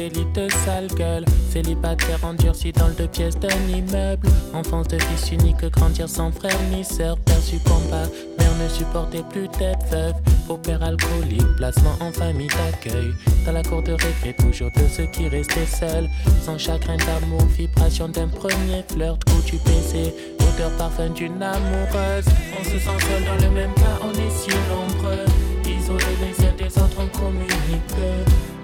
satellite de sale gueule. Célibataire endurci dans le 2 pièces d'un immeuble. Enfance de fils unique, grandir sans frère ni sœur. Père combat, mère ne supportait plus d'être veuve. Beau-père alcoolique, placement en famille d'accueil. Dans la cour de récré, toujours de ceux qui restaient seuls. Sans chagrin d'amour, vibration d'un premier flirt. Coup du baiser, odeur parfum d'une amoureuse. On se sent seul dans le même cas, on est si nombreux. Isolés les uns des autres, on communique peu.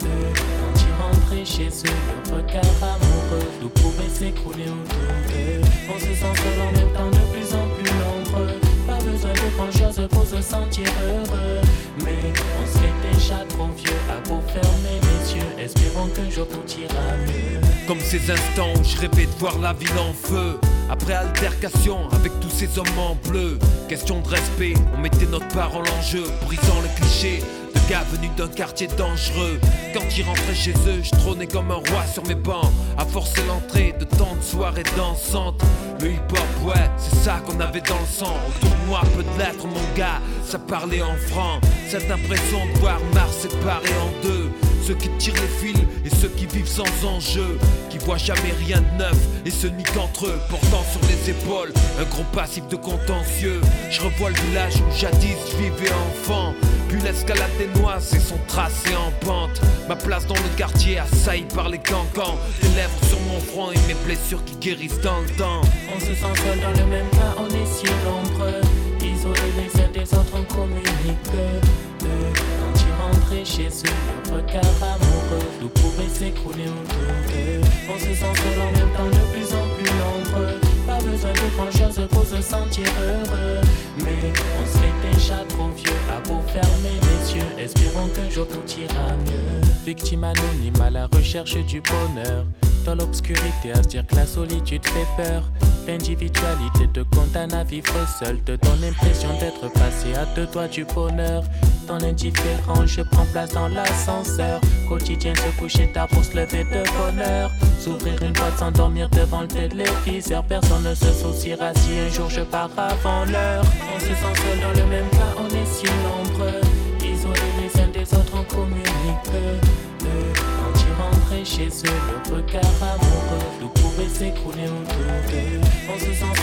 Quand ils rentraient chez eux, le regard amoureux nous pouvait s'écrouler autour d'eux. On se sent seul en même temps, de plus en plus nombreux. Pas besoin de grand chose pour se sentir heureux. Mais on serait déjà trop vieux à beau fermer les yeux. Espérons qu'un jour tout ira mieux. Comme ces instants où je rêvais de voir la ville en feu. Après altercation avec tous ces hommes en bleu. Question de respect, on mettait notre parole en jeu. Brisant le cliché de gars venus d'un quartier dangereux. Quand ils rentraient chez eux, je trônais comme un roi sur mes bancs. À forcer l'entrée de tant de soirées dansantes. Le hip-hop, ouais, c'est ça qu'on avait dans le sang. Autour de moi, peu de lettres, mon gars, ça parlait en franc. Cette impression de voir Mars séparé en deux. Ceux qui tirent les fils et ceux qui vivent sans enjeu. Qui voient jamais rien de neuf et se nient qu'entre eux. Portant sur les épaules un gros passif de contentieux. Je revois le village où jadis je vivais enfant. Puis l'escalade des noises et son tracé en pente. Ma place dans le quartier assaillie par les cancans. Des lèvres sur mon front et mes blessures qui guérissent dans le temps. On se sent seul dans le même cas, on est si nombreux. Isolés les uns des autres, on communique peu. Quand ils rentraient chez eux, le regard amoureux nous pouvait s'écrouler autour d'eux. On se sent seul en même temps, de plus en plus nombreux. Pas besoin de grand chose pour se sentir heureux. Mais on serait déjà trop vieux à beau fermer les yeux. Espérons qu'un jour tout ira mieux. Victime anonyme à la recherche du bonheur. Dans l'obscurité, à se dire que la solitude fait peur. L'individualité te condamne à vivre seul. Te donne l'impression d'être passé à 2 doigts du bonheur. Dans l'indifférence, je prends place dans l'ascenseur. Quotidien, se coucher tard pour se lever de bonheur. S'ouvrir une boîte, s'endormir devant le téléviseur. Personne ne se souciera si un jour je pars avant l'heure. On se sent seul dans le même cas, on est si nombreux. Isolés les uns des autres, on communique peu. Quand ils rentraient chez eux, le regard amoureux nous pouvait s'écrouler autour d'eux. On se sent